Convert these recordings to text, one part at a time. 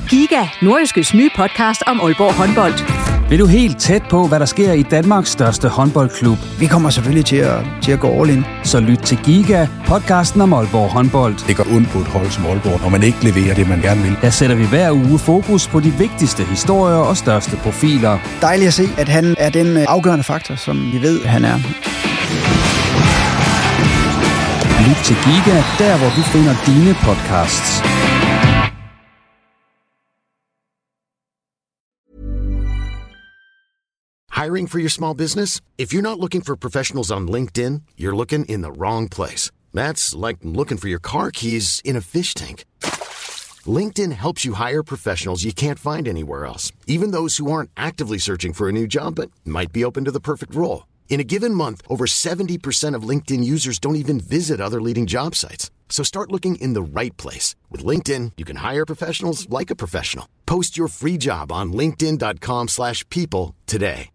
Giga, Nordjyskes nye podcast om Aalborg håndbold. Vil du helt tæt på, hvad der sker i Danmarks største håndboldklub? Vi kommer selvfølgelig til at gå all in. Så lyt til Giga, podcasten om Aalborg håndbold. Det går ondt på et hold som Aalborg, når man ikke leverer det, man gerne vil. Der sætter vi hver uge fokus på de vigtigste historier og største profiler. Dejligt at se, at han er den afgørende faktor, som vi ved, han er. Lyt til Giga, der hvor du finder dine podcasts. Hiring for your small business? If you're not looking for professionals on LinkedIn, you're looking in the wrong place. That's like looking for your car keys in a fish tank. LinkedIn helps you hire professionals you can't find anywhere else, even those who aren't actively searching for a new job but might be open to the perfect role. In a given month, over 70% of LinkedIn users don't even visit other leading job sites. So start looking in the right place. With LinkedIn, you can hire professionals like a professional. Post your free job on linkedin.com/people today.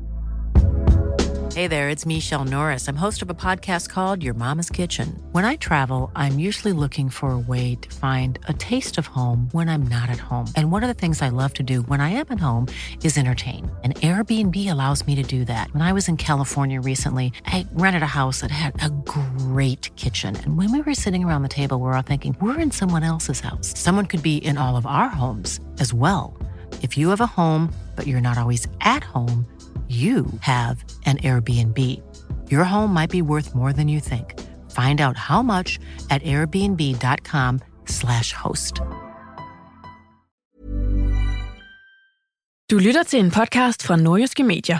Hey there, it's Michelle Norris. I'm host of a podcast called Your Mama's Kitchen. When I travel, I'm usually looking for a way to find a taste of home when I'm not at home. And one of the things I love to do when I am at home is entertain. And Airbnb allows me to do that. When I was in California recently, I rented a house that had a great kitchen. And when we were sitting around the table, we were all thinking, we're in someone else's house. Someone could be in all of our homes as well. If you have a home, but you're not always at home, you have an Airbnb. Your home might be worth more than you think. Find out how much at airbnb.com/host. Du lytter til en podcast fra Nordjyske Medier.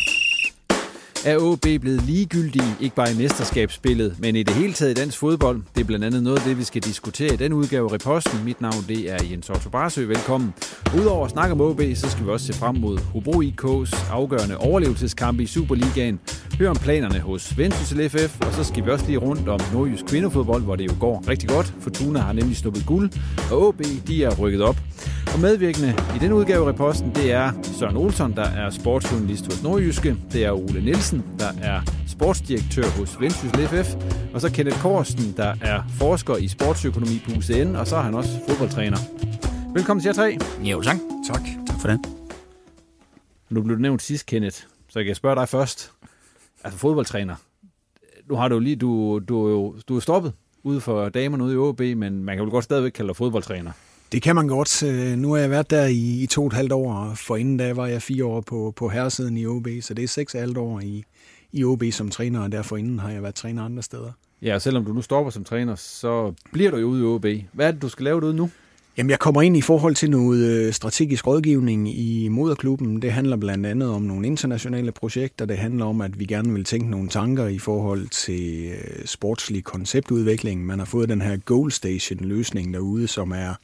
Er AaB blevet ligegyldige, ikke bare i mesterskabsspillet, men i det hele taget i dansk fodbold? Det er blandt andet noget af det, vi skal diskutere i den udgave af Reposten. Mit navn det er Jens Otto Barsø. Velkommen. Udover at snakke om AaB, så skal vi også se frem mod Hobro IK's afgørende overlevelseskampe i Superligaen. Hør om planerne hos Vendsyssel FF, og så skal vi også lige rundt om nordjysk kvindefodbold, hvor det jo går rigtig godt. Fortuna har nemlig snuppet guld, og AaB de er rykket op. Og medvirkende i den udgave af Reposten, det er Søren Olsson, der er sportsjournalist hos Nordjyske. Det er Ole Nielsen, der er sportsdirektør hos Vendsyssel FF. Og så Kenneth Korsten, der er forsker i sportsøkonomi på UCN, og så er han også fodboldtræner. Velkommen til jer tre. Jo, tak. Tak for det. Nu blev du nævnt sidst, Kenneth, så jeg kan spørge dig først. Altså fodboldtræner. Nu har du lige, du er stoppet ude for damerne ude i AaB, men man kan vel godt stadigvæk kalde dig fodboldtræner. Det kan man godt. Nu har jeg været der i 2,5 år, og forinden da var jeg 4 år på herresiden i AaB, så det er 6,5 år i AaB som træner, og derfor inden har jeg været træner andre steder. Ja, og selvom du nu stopper som træner, så bliver du jo ude i AaB. Hvad er det, du skal lave derude nu? Jamen, jeg kommer ind i forhold til noget strategisk rådgivning i moderklubben. Det handler blandt andet om nogle internationale projekter. Det handler om, at vi gerne vil tænke nogle tanker i forhold til sportslig konceptudvikling. Man har fået den her Goal Station-løsning derude, som er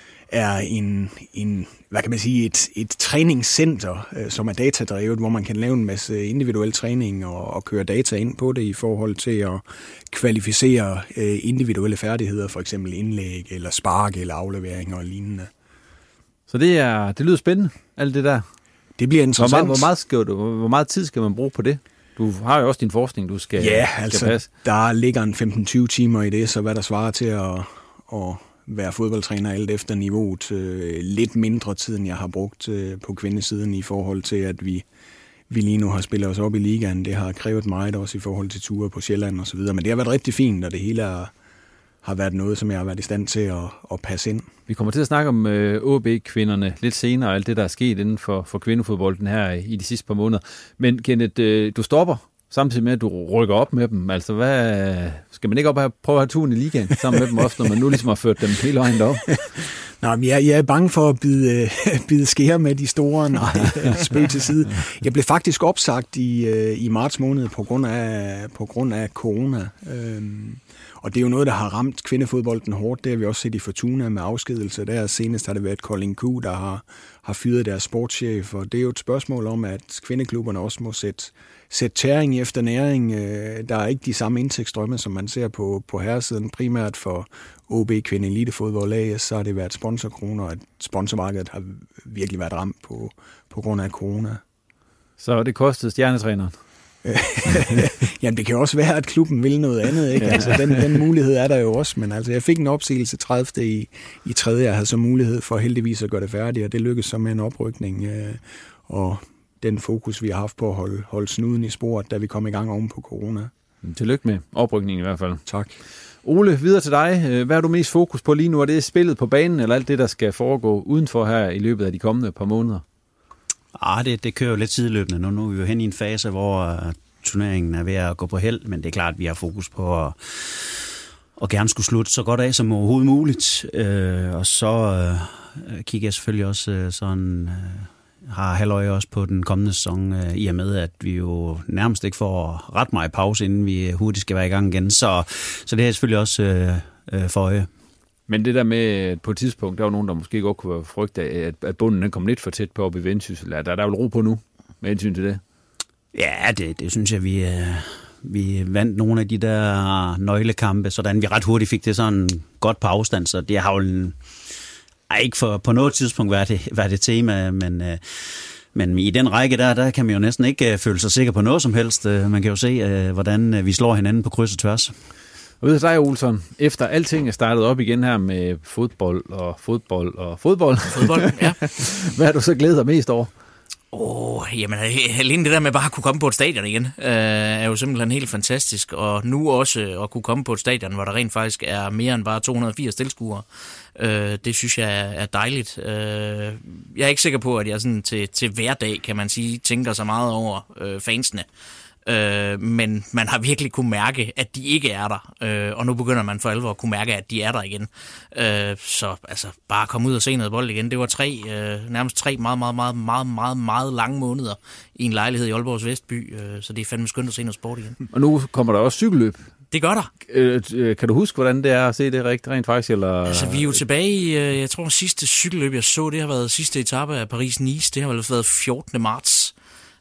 en hvad kan man sige, et træningscenter, som er datadrevet, hvor man kan lave en masse individuel træning og køre data ind på det i forhold til at kvalificere individuelle færdigheder, for eksempel indlæg eller spark eller aflevering og lignende. Så det lyder spændende, alt det der. Det bliver interessant. Hvor meget tid skal man bruge på det? Du har jo også din forskning, du skal passe. Der ligger en 15-20 timer i det, så hvad der svarer til at være fodboldtræner alt efter niveauet. Lidt mindre tid, end jeg har brugt på kvindesiden i forhold til, at vi lige nu har spillet os op i ligaen. Det har krævet meget også i forhold til ture på Sjælland og så videre. Men det har været rigtig fint, og det hele har været noget, som jeg har været i stand til at passe ind. Vi kommer til at snakke om AaB-kvinderne lidt senere, og alt det, der er sket inden for kvindefodbolden her i de sidste par måneder. Men Kenneth, du stopper samtidig med, at du rykker op med dem. Altså, hvad skal man ikke op og prøve at have turen i ligaen sammen med dem også, når man nu ligesom har ført dem hele vejen derop? Nej, men jeg er bange for at bide skære med de store. Nej, spøg til side. Jeg blev faktisk opsagt i marts måned på grund af corona. Og det er jo noget, der har ramt kvindefodbolden hårdt. Det har vi også set i Fortuna med afskedelse. Der senest har det været Kolding Q, der har fyret deres sportschef. Og det er jo et spørgsmål om, at kvindeklubberne også må sætte tæring efter næring. Der er ikke de samme indtægtsstrømme, som man ser på herresiden. Primært for AaB Kvinde Elitefodbold AS, så har det været sponsorkroner, og sponsormarkedet har virkelig været ramt på grund af corona. Så det kostede stjernetræneren? Jamen, det kan jo også være, at klubben vil noget andet, ikke? Altså, den mulighed er der jo også, men altså, jeg fik en opsigelse 30. i 3. Jeg havde så mulighed for heldigvis at gøre det færdigt, og det lykkedes så med en oprykning, og den fokus, vi har haft på at holde snuden i sporet, da vi kom i gang oven på corona. Tillykke med oprykningen i hvert fald. Tak. Ole, videre til dig. Hvad har du mest fokus på lige nu? Er det spillet på banen, eller alt det, der skal foregå udenfor her i løbet af de kommende par måneder? Det kører jo lidt sideløbende nu. Nu er vi jo hen i en fase, hvor turneringen er ved at gå på held, men det er klart, at vi har fokus på at gerne skulle slutte så godt af som overhovedet muligt. Og så kigger jeg selvfølgelig også sådan... har halvøje også på den kommende sæson, i og med, at vi jo nærmest ikke får ret meget pause, inden vi hurtigt skal være i gang igen. Så det er selvfølgelig også for øje. Men det der med, at på et tidspunkt, der var nogen, der måske godt kunne frygte, at bunden den kom lidt for tæt på op i Vendsyssel. Der er vel ro på nu, med hensyn til det? Ja, det synes jeg, vi vandt nogle af de der nøglekampe, sådan vi ret hurtigt fik det sådan godt på afstand, så det har jo ikke på noget tidspunkt været det tema, men i den række der kan man jo næsten ikke føle sig sikker på noget som helst. Man kan jo se, hvordan vi slår hinanden på kryds og tværs. Og ved dig, Olsson, efter alting er startet op igen her med fodbold, ja. Hvad har du så glædet dig mest over? Jamen alene det der med bare at kunne komme på et stadion igen, er jo simpelthen helt fantastisk. Og nu også at kunne komme på et stadion, hvor der rent faktisk er mere end bare 280 tilskuere. Det synes jeg er dejligt. Jeg er ikke sikker på, at jeg sådan til hverdag, kan man sige, tænker så meget over fansene. Men man har virkelig kunne mærke, at de ikke er der, og nu begynder man for alvor at kunne mærke, at de er der igen. Så altså, bare komme ud og se noget bold igen. Det var nærmest tre meget lange måneder i en lejlighed i Aalborgs Vestby, så det er fandme skønt at se noget sport igen. Og nu kommer der også cykelløb. Det gør der. Kan du huske, hvordan det er at se det rent faktisk? Eller? Altså, vi er jo tilbage i, jeg tror, sidste cykelløb, jeg så, det har været sidste etape af Paris-Nice. Det har vel været 14. marts.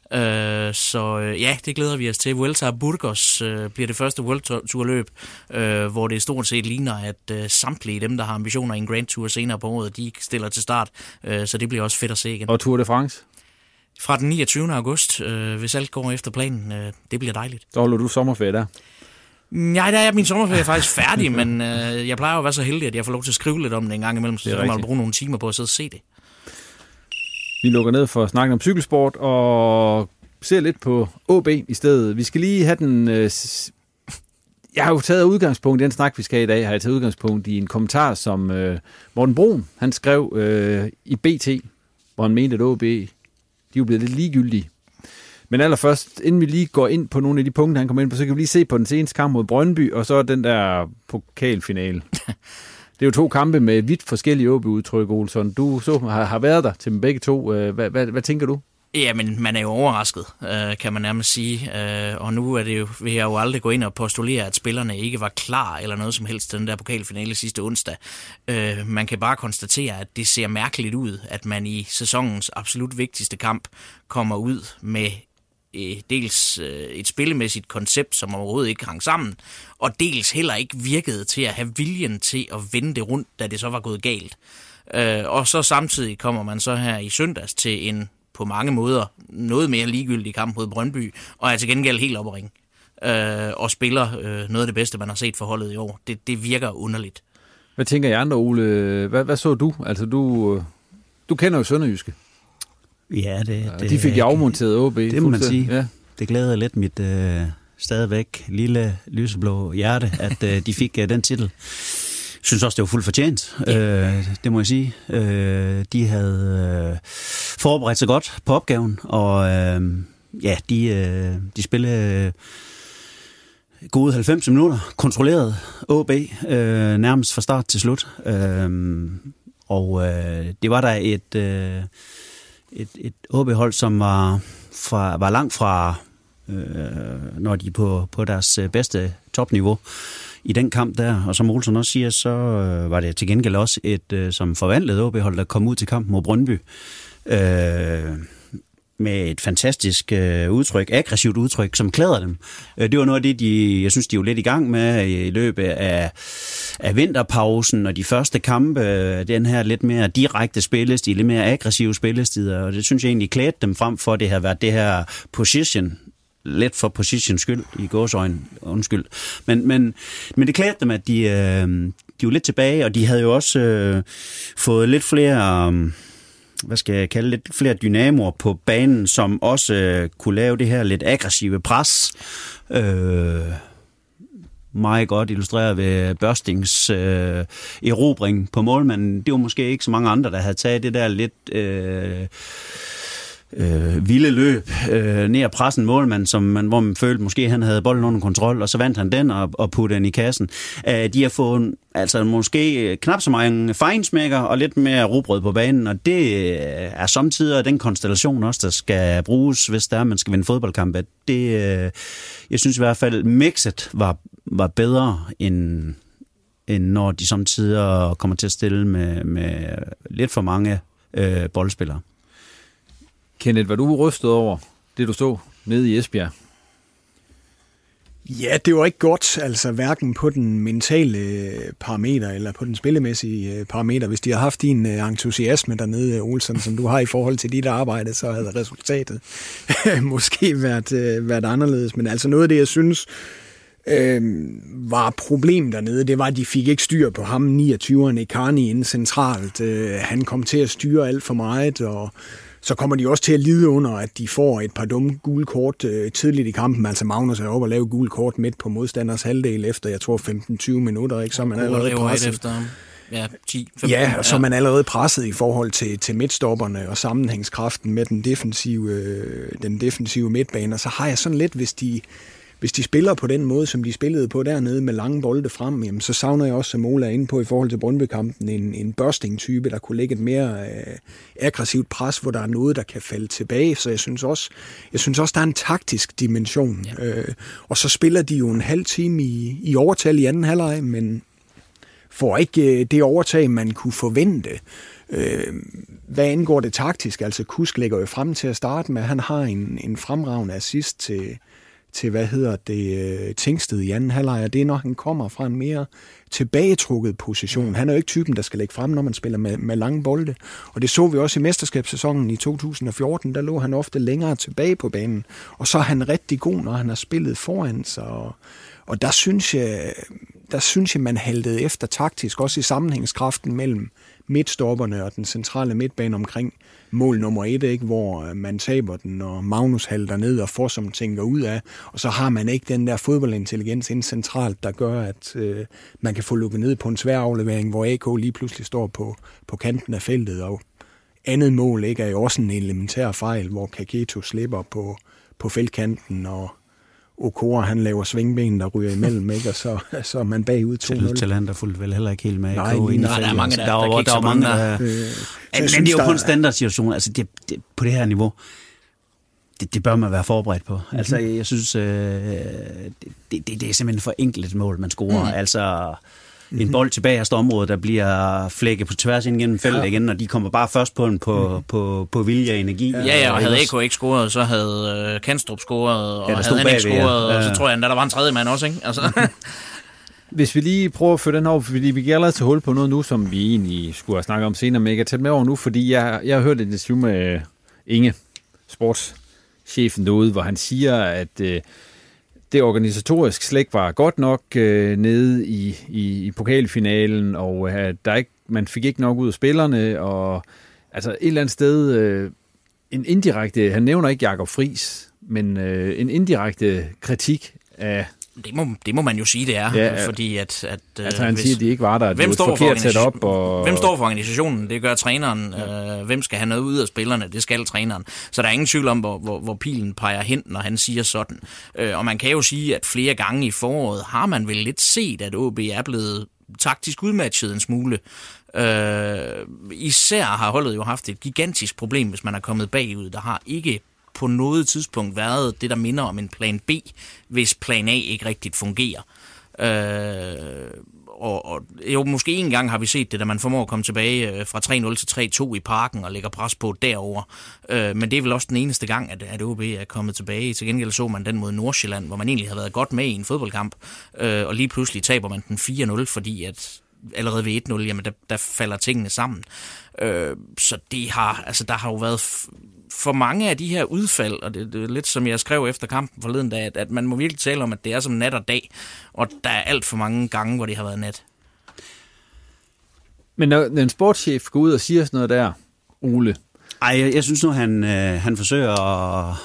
Det glæder vi os til. Vuelta a Burgos bliver det første World Tour-løb, hvor det stort set ligner, at samtlige dem, der har ambitioner i en Grand Tour senere på året, de stiller til start. Så det bliver også fedt at se igen. Og Tour de France? Fra den 29. august, hvis alt går efter planen. Det bliver dejligt. Så holder du sommerferie der? Nej, der er min sommerferie faktisk færdig, men jeg plejer jo at være så heldig, at jeg får lov til at skrive lidt om det en gang imellem, så kan man bruge nogle timer på at sidde og se det. Vi lukker ned for at snakke om cykelsport og ser lidt på OB i stedet. Vi skal lige have den... Jeg har jo taget udgangspunkt i den snak, vi skal i dag, har jeg taget udgangspunkt i en kommentar, som Morten Brun, han skrev i BT, hvor han mente, at OB, de er jo blevet lidt ligegyldige. Men allerførst, inden vi lige går ind på nogle af de punkter, han kommer ind på, så kan vi lige se på den seneste kamp mod Brøndby, og så den der pokalfinale. Det er jo to kampe med vidt forskellige OB-udtryk, Olsson. Du så har været der til dem begge to. Hvad tænker du? Jamen, man er jo overrasket, kan man nærmest sige. Og nu vil jeg jo aldrig gå ind og postulere, at spillerne ikke var klar eller noget som helst til den der pokalfinale sidste onsdag. Man kan bare konstatere, at det ser mærkeligt ud, at man i sæsonens absolut vigtigste kamp kommer ud med dels et spillemæssigt koncept, som overhovedet ikke hang sammen, og dels heller ikke virkede til at have viljen til at vende det rundt, da det så var gået galt. Og så samtidig kommer man så her i søndags til en på mange måder noget mere ligegyldig kamp mod Brøndby, og er til gengæld helt oppe at ringe. Og spiller noget af det bedste, man har set for holdet i år. Det virker underligt. Hvad tænker I andre, Ole? Hvad så du? Altså, du kender jo Sønderjyske. Ja, de fik jo afmonteret OB. Det må man sige. Ja. Det glæder lidt mit stadigvæk lille lyseblå hjerte, at de fik den titel. Jeg synes også, det var fuldt fortjent. Det må jeg sige. De havde forberedt sig godt på opgaven, og de spillede gode 90 minutter, kontrolleret OB, nærmest fra start til slut. Det var der et OB-hold, som var langt fra, når de på deres bedste topniveau i den kamp der. Og som Olsson også siger, så var det til gengæld også et som forvandlet OB-hold, der kom ud til kampen mod Brøndby. Med et fantastisk udtryk, aggressivt udtryk, som klæder dem. Det var noget af det, jeg synes, de var lidt i gang med i løbet af vinterpausen, og de første kampe, den her lidt mere direkte spillestil, lidt mere aggressive spillestider, og det synes jeg egentlig klædte dem frem for, det har været det her position lidt for positions skyld, i gåseøjne, undskyld. Men det klædte dem, at de var lidt tilbage, og de havde jo også fået lidt flere, hvad skal jeg kalde, lidt flere dynamoer på banen, som også kunne lave det her lidt aggressive pres. Meget godt illustreret ved Børstings erobring på målmanden. Det var måske ikke så mange andre, der havde taget det der lidt vilde løb ned ad pressen målmand, hvor man følte, måske han havde bolden under kontrol, og så vandt han den og puttede den i kassen. De har fået altså måske knap så mange fejnsmækker og lidt mere rugbrød på banen, og det er samtidig den konstellation også, der skal bruges, hvis der man skal vinde fodboldkamp. Jeg synes i hvert fald, mixet var bedre end når de samtidig kommer til at stille med lidt for mange boldspillere. Kenneth, var du rystet over det, du så nede i Esbjerg? Ja, det var ikke godt, altså hverken på den mentale parameter eller på den spillemæssige parameter. Hvis de har haft din entusiasme dernede, Olsen, som du har i forhold til dit arbejde, så havde resultatet måske været anderledes. Men altså noget af det, jeg synes var problem dernede, det var, at de fik ikke styr på ham, 29'eren Ekani inde centralt. Han kom til at styre alt for meget, og så kommer de også til at lide under, at de får et par dumme gule kort tidligt i kampen. Altså Magnus er oppe og lave gule kort midt på modstanders halvdel efter, jeg tror 15-20 minutter, ikke? Så er man allerede presset. Efter, ja, 10-15. Ja, og så er man allerede presset i forhold til midtstopperne og sammenhængskraften med den defensive midtbane. Og så har jeg sådan lidt, hvis de spiller på den måde, som de spillede på dernede med lange bolde frem, jamen, så savner jeg også, som Ola er inde på i forhold til Brøndby-kampen, en Børsting-type, der kunne lægge et mere aggressivt pres, hvor der er noget, der kan falde tilbage. Så jeg synes også, der er en taktisk dimension. Ja. Og så spiller de jo en halv time i overtal i anden halvleg, men får ikke det overtag, man kunne forvente. Hvad angår det taktisk, altså Kusk lægger jo frem til at starte med, han har en fremragende assist til Tingsted i anden halvleg, og det er, når han kommer fra en mere tilbagetrukket position. Han er jo ikke typen, der skal lægge frem, når man spiller med lange bolde. Og det så vi også i mesterskabssæsonen i 2014, der lå han ofte længere tilbage på banen. Og så er han rigtig god, når han har spillet foran sig. Og der synes jeg, man haltede efter taktisk, også i sammenhængskraften mellem midtstopperne og den centrale midtbane omkring mål nummer 1, ikke, hvor man taber den, og Magnus halter ned og får som tænker ud af, og så har man ikke den der fodboldintelligens ind centralt, der gør, at man kan få lukket ned på en svær aflevering, hvor AK lige pludselig står på kanten af feltet, og andet mål ikke er jo også en elementær fejl, hvor Kaketo slipper på feltkanten, og Okora, han laver svingben, der ryger imellem, ikke? Og så er man bagud 2-0. Talander fuldt vel heller ikke helt med. Nej, der er mange, der er mange, der men det er jo kun standardsituation. Altså, det, på det her niveau, det bør man være forberedt på. Mm-hmm. Altså, jeg synes, det er simpelthen for enkelt et mål, man scorer. Altså, en bold tilbage af området, der bliver flækket på tværs ind gennem feltet igen, og de kommer bare først på den på vilje og energi. Ja, og havde AK ikke scoret, så havde Kanstrup scoret, og havde han ikke scoret, og så tror jeg, at der var en tredje mand også, ikke? Altså. Hvis vi lige prøver at føre den over, fordi vi gælder til hul på noget nu, som vi egentlig skulle have snakket om senere, men jeg kan tage med over nu, fordi jeg har hørt et interview med Inge, sportschefen derude, hvor han siger, at det organisatorisk slet ikke var godt nok nede i pokalfinalen, og man fik ikke nok ud af spillerne, og altså et eller andet sted en indirekte, han nævner ikke Jakob Friis, men en indirekte kritik af... Det må man jo sige, det er, ja, fordi at altså han siger, at de ikke var der, hvem står for sat op, og... Hvem står for organisationen? Det gør træneren. Ja. Hvem skal have noget ud af spillerne? Det skal træneren. Så der er ingen tvivl om, hvor pilen peger hen, når han siger sådan. Og man kan jo sige, at flere gange i foråret har man vel lidt set, at OB er blevet taktisk udmatchet en smule. Især har holdet jo haft et gigantisk problem, hvis man er kommet bagud. Der har ikke på noget tidspunkt været det, der minder om en plan B, hvis plan A ikke rigtigt fungerer. Og jo, måske en gang har vi set det, da man formår at komme tilbage fra 3-0 til 3-2 i Parken og lægger pres på derover. Men det er vel også den eneste gang, at OB er kommet tilbage. Til gengæld så man den mod Nordsjælland, hvor man egentlig havde været godt med i en fodboldkamp, og lige pludselig taber man den 4-0, fordi at allerede ved 1-0, jamen der falder tingene sammen. Så det har, altså der har jo været for mange af de her udfald, og det er lidt som jeg skrev efter kampen forleden dag, at man må virkelig tale om, at det er som nat og dag, og der er alt for mange gange, hvor det har været nat. Men når en sportschef går ud og siger sådan noget der, Ole? Ej, jeg synes nu, han forsøger at...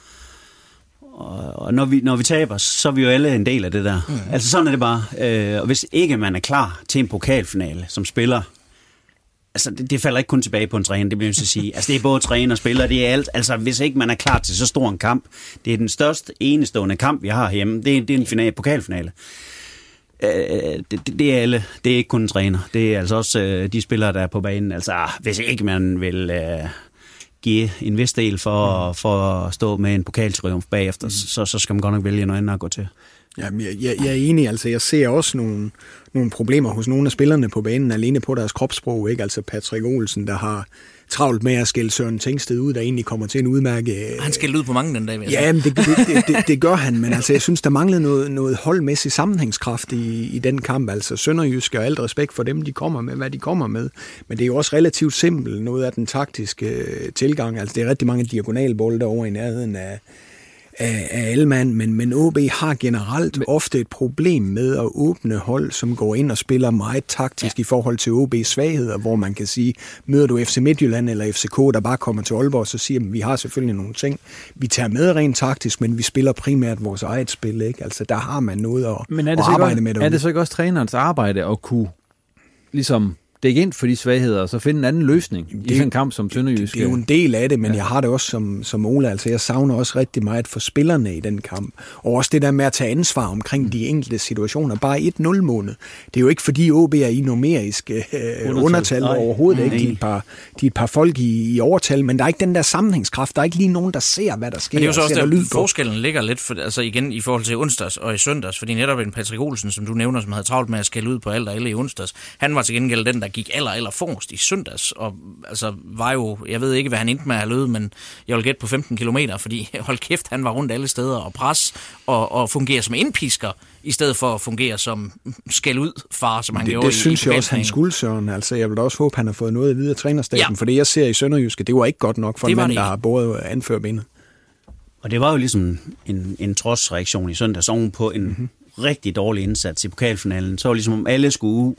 Og når vi taber, så er vi jo alle en del af det der. Altså sådan er det bare. Og hvis ikke man er klar til en pokalfinale som spiller, altså det falder ikke kun tilbage på en træner, det bliver jeg så sige. Altså det er både træner og spiller, det er alt. Altså hvis ikke man er klar til så stor en kamp, det er den største enestående kamp, vi har hjemme. Det er en pokalfinale. Det er alle. Det er ikke kun en træner. Det er altså også de spillere, der er på banen. Altså hvis ikke man vil... give en vis del for at stå med en pokaltriumf bagefter, så skal man godt nok vælge noget andet at gå til. Jamen, jeg er enig, altså jeg ser også nogle problemer hos nogle af spillerne på banen, alene på deres kropssprog, ikke? Altså Patrick Olsen, der har travlt med at skælde Søren Tengsted ud, der egentlig kommer til en udmærke... Han skældte ud på mange den dag, vil jeg sige. Ja, men det gør han, men altså jeg synes, der manglede noget holdmæssig sammenhængskraft i den kamp. Altså Sønderjyske og alt respekt for dem, de kommer med, hvad de kommer med. Men det er jo også relativt simpelt, noget af den taktiske tilgang. Altså det er rigtig mange diagonalbolde over i nærheden af Allemand, men OB har generelt ofte et problem med at åbne hold, som går ind og spiller meget taktisk i forhold til OB's svagheder, hvor man kan sige, møder du FC Midtjylland eller FCK, der bare kommer til Aalborg, så siger man, vi har selvfølgelig nogle ting, vi tager med rent taktisk, men vi spiller primært vores eget spil, ikke? Altså der har man noget at arbejde med derude. Er det så ikke også trænerens arbejde at kunne ligesom dække ind for de svagheder, og så finde en anden løsning i sådan en kamp som Sønderjysk? Det er jo en del af det, men jeg har det også som Ole. Altså, jeg savner også rigtig meget for spillerne i den kamp. Og også det der med at tage ansvar omkring de enkelte situationer. Bare 1-0-målet. Det er jo ikke, fordi OB er i numerisk undertal overhovedet. Ikke. De er et par folk i overtal, men der er ikke den der sammenhængskraft. Der er ikke lige nogen, der ser, hvad der sker. Men det er jo så også der forskellen ligger lidt, for, altså igen i forhold til onsdags og i søndags, fordi netop en Patrick Olsen, som du nævner, som havde travlt med at skælde ud på alt og alle i onsdags, han var til gengæld den, der gik aller forrest i søndags, og altså var jo, jeg ved ikke, hvad han endte med at have løbet, men jeg vil gætte på 15 kilometer, fordi hold kæft, han var rundt alle steder og pres, og fungerer som indpisker, i stedet for at fungere som skæld ud far, som han gjorde i det synes jeg også, han skulle, Søren. Altså, jeg vil da også håbe, han har fået noget videre trænerstaben, for det jeg ser i Sønderjyske, det var ikke godt nok for en mand, der har både anførbenet. Og det var jo ligesom en trodsreaktion i søndags oven på en rigtig dårlig indsats i pokalfinalen. Så var ligesom om alle skulle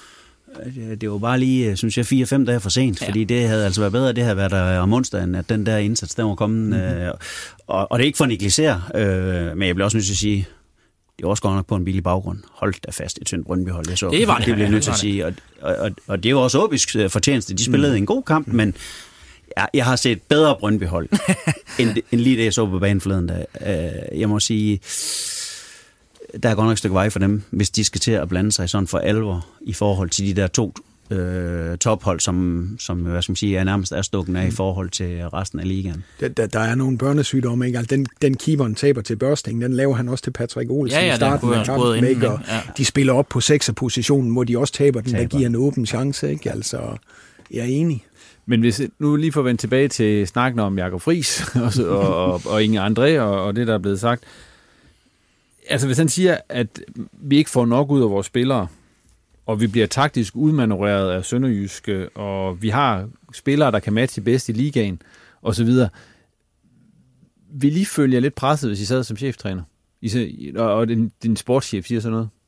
det var bare lige, synes jeg, 4-5 dage for sent, fordi det havde altså været bedre, det havde været der om onsdagen, at den der indsats, der var kommet. Og det er ikke for at negligere, men jeg bliver også nødt til at sige, det er også godt nok på en billig baggrund. Hold da fast i tyndt Brøndby-hold. Det var det. Det bliver jeg nødt til at sige. Og det er jo også OB's fortjeneste. De spillede en god kamp, men jeg har set bedre Brøndby-hold, end lige det, jeg så på banen forleden. Jeg må sige, der er godt nok et stykke vej for dem, hvis de skal til at blande sig sådan for alvor i forhold til de der to tophold, som hvad skal man sige, er nærmest er stukken af i forhold til resten af ligaen. Der er nogle børnesygdomme, ikke? Altså, den keeperen taber til Børsting, den laver han også til Patrick Olsen i starten af kampen, og de spiller op på 6'er-positionen, hvor de også taber den, der giver en åben chance, ikke? Altså, jeg er enig. Men hvis nu lige får vendt tilbage til snakken om Jakob Friis og Inge André og det, der er blevet sagt. Altså hvis han siger, at vi ikke får nok ud af vores spillere, og vi bliver taktisk udmanøvreret af Sønderjyske, og vi har spillere, der kan matche bedst i ligaen, og så videre. Vil I følge jer lidt presset, hvis I sad som cheftræner? Og din sportschef siger sådan noget?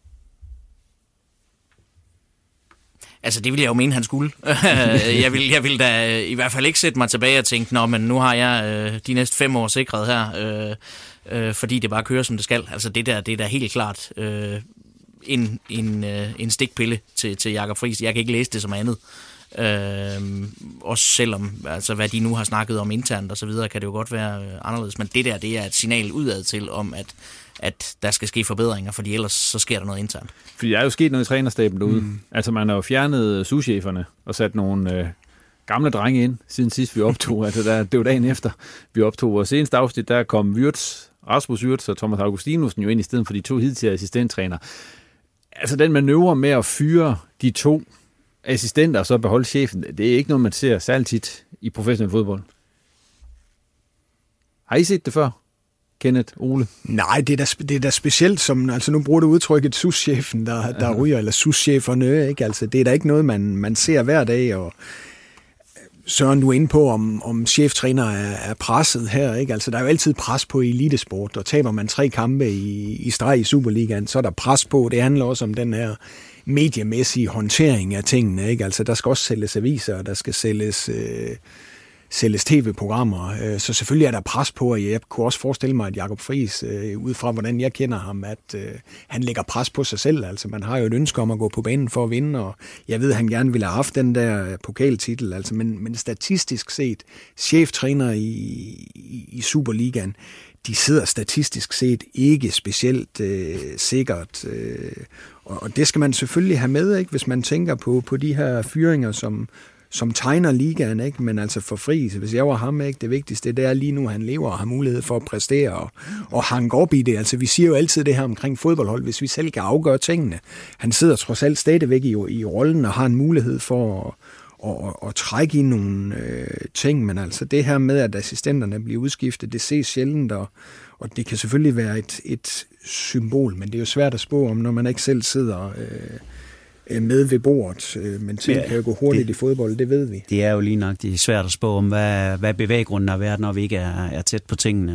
Altså, det ville jeg jo mene, han skulle. jeg vil da i hvert fald ikke sætte mig tilbage og tænke, nå, men nu har jeg de næste 5 år sikret her, fordi det bare kører, som det skal. Altså, det er da helt klart en stikpille til Jakob Friis. Jeg kan ikke læse det som andet. Også selvom, altså, hvad de nu har snakket om internt og så videre, kan det jo godt være anderledes. Men det er et signal udad til, om at der skal ske forbedringer, fordi ellers så sker der noget internt. Fordi der er jo sket noget i trænerstaben derude. Altså man har jo fjernet souscheferne og sat nogle gamle drenge ind, siden sidst vi optog. Altså det var dagen efter, vi optog vores seneste afsnit, der kom Rasmus Wirtz og Thomas Augustinussen jo ind i stedet for de 2 hidtidige assistenttræner. Altså den manøvre med at fyre de 2 assistenter og så beholde chefen, det er ikke noget, man ser særligt tit i professionel fodbold. Har I set det før? Kenneth, Ole? Nej, det er da specielt, som, altså nu bruger du udtrykket souschefen, der ryger, eller souscheferne, ikke? Altså det er da ikke noget, man ser hver dag, og Søren, du er inde på, om cheftræner er presset her, ikke? Altså, der er jo altid pres på elitesport, og taber man 3 kampe i streg i Superligaen, så er der pres på. Det handler også om den her mediemæssige håndtering af tingene, ikke? Altså, der skal også sælges aviser, der skal sælges tv-programmer, så selvfølgelig er der pres på, og jeg kunne også forestille mig, at Jakob Friis, ud fra hvordan jeg kender ham, at han lægger pres på sig selv. Altså, man har jo et ønske om at gå på banen for at vinde, og jeg ved, at han gerne ville have haft den der pokaltitel, altså, men statistisk set, cheftræner i Superligaen, de sidder statistisk set ikke specielt sikkert, og det skal man selvfølgelig have med, ikke, hvis man tænker på de her fyringer, som tegner ligaen, ikke? Men altså for Friis, hvis jeg var ham, ikke? Det vigtigste, det er lige nu, han lever og har mulighed for at præstere og hanke op i det. Altså vi siger jo altid det her omkring fodboldhold, hvis vi selv kan afgøre tingene. Han sidder trods alt stadigvæk i rollen og har en mulighed for at trække i nogle ting, men altså det her med, at assistenterne bliver udskiftet, det ses sjældent, og det kan selvfølgelig være et symbol, men det er jo svært at spå om, når man ikke selv sidder med ved bordet, men ting kan jo gå hurtigt i fodbold, det ved vi. Det er jo lige nok det er svært at spå om, hvad bevæggrunden har været, når vi ikke er tæt på tingene.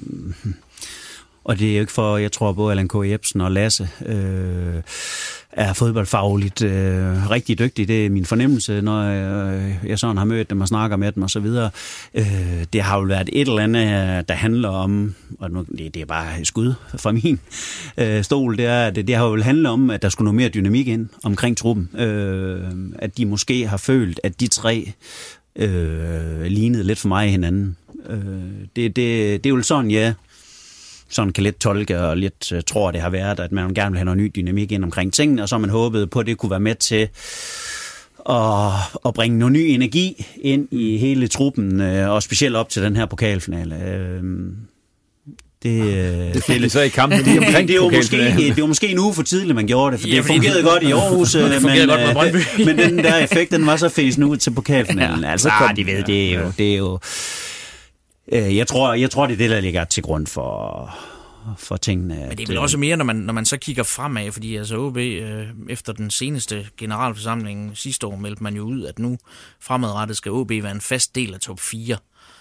Og det er jo ikke for, jeg tror både Allan K. Jebsen og Lasse er fodboldfagligt rigtig dygtige. Det er min fornemmelse, når jeg sådan har mødt dem og snakker med dem og så videre. Det har jo været et eller andet, der handler om, og nu, det er bare et skud fra min stol, det har jo handlet om, at der skulle noget mere dynamik ind omkring truppen. At de måske har følt, at de 3 lignede lidt for meget hinanden. Det er jo sådan, ja. Sådan kan lidt tolke og lidt tror, det har været, at man gerne vil have noget ny dynamik ind omkring tingene, og så har man håbet på, at det kunne være med til at bringe noget ny energi ind i hele truppen, og specielt op til den her pokalfinale. Det fik så i kampen lige omkring det var måske en uge for tidligt, man gjorde det, for det fungerede godt i Aarhus, men den der effekt, den var så fæsende ud til pokalfinalen. Altså, de ved, det er jo jeg tror, det er det, der ligger til grund for tingene. Men det er vel også mere, når man så kigger fremad, fordi altså OB efter den seneste generalforsamling sidste år meldte man jo ud, at nu fremadrettet skal OB være en fast del af top 4.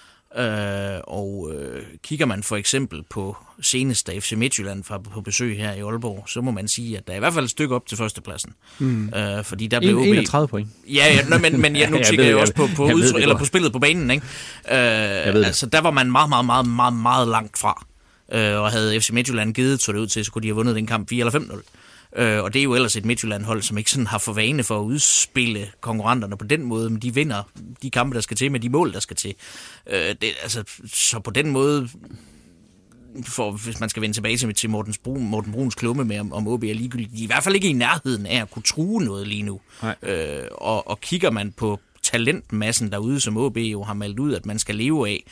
Kigger man for eksempel på senest, da FC Midtjylland var på besøg her i Aalborg, så må man sige, at der er i hvert fald et stykke op til førstepladsen. Fordi der blev OB 31 point. Men nu kigger jeg også på spillet på banen, ikke? Altså der var man meget, meget, meget, meget, meget langt fra. Og havde FC Midtjylland givet, så det ud til, så kunne de have vundet den kamp 4 eller 5-0. Og det er jo ellers et Midtjylland-hold, som ikke sådan har for vane for at udspille konkurrenterne på den måde, men de vinder de kampe, der skal til, med de mål, der skal til. Så på den måde, hvis man skal vende tilbage til Morten Bruns klumme med, om OB er ligegyldigt, de er i hvert fald ikke i nærheden af at kunne true noget lige nu. Og kigger man på talentmassen derude, som OB jo har meldt ud, at man skal leve af,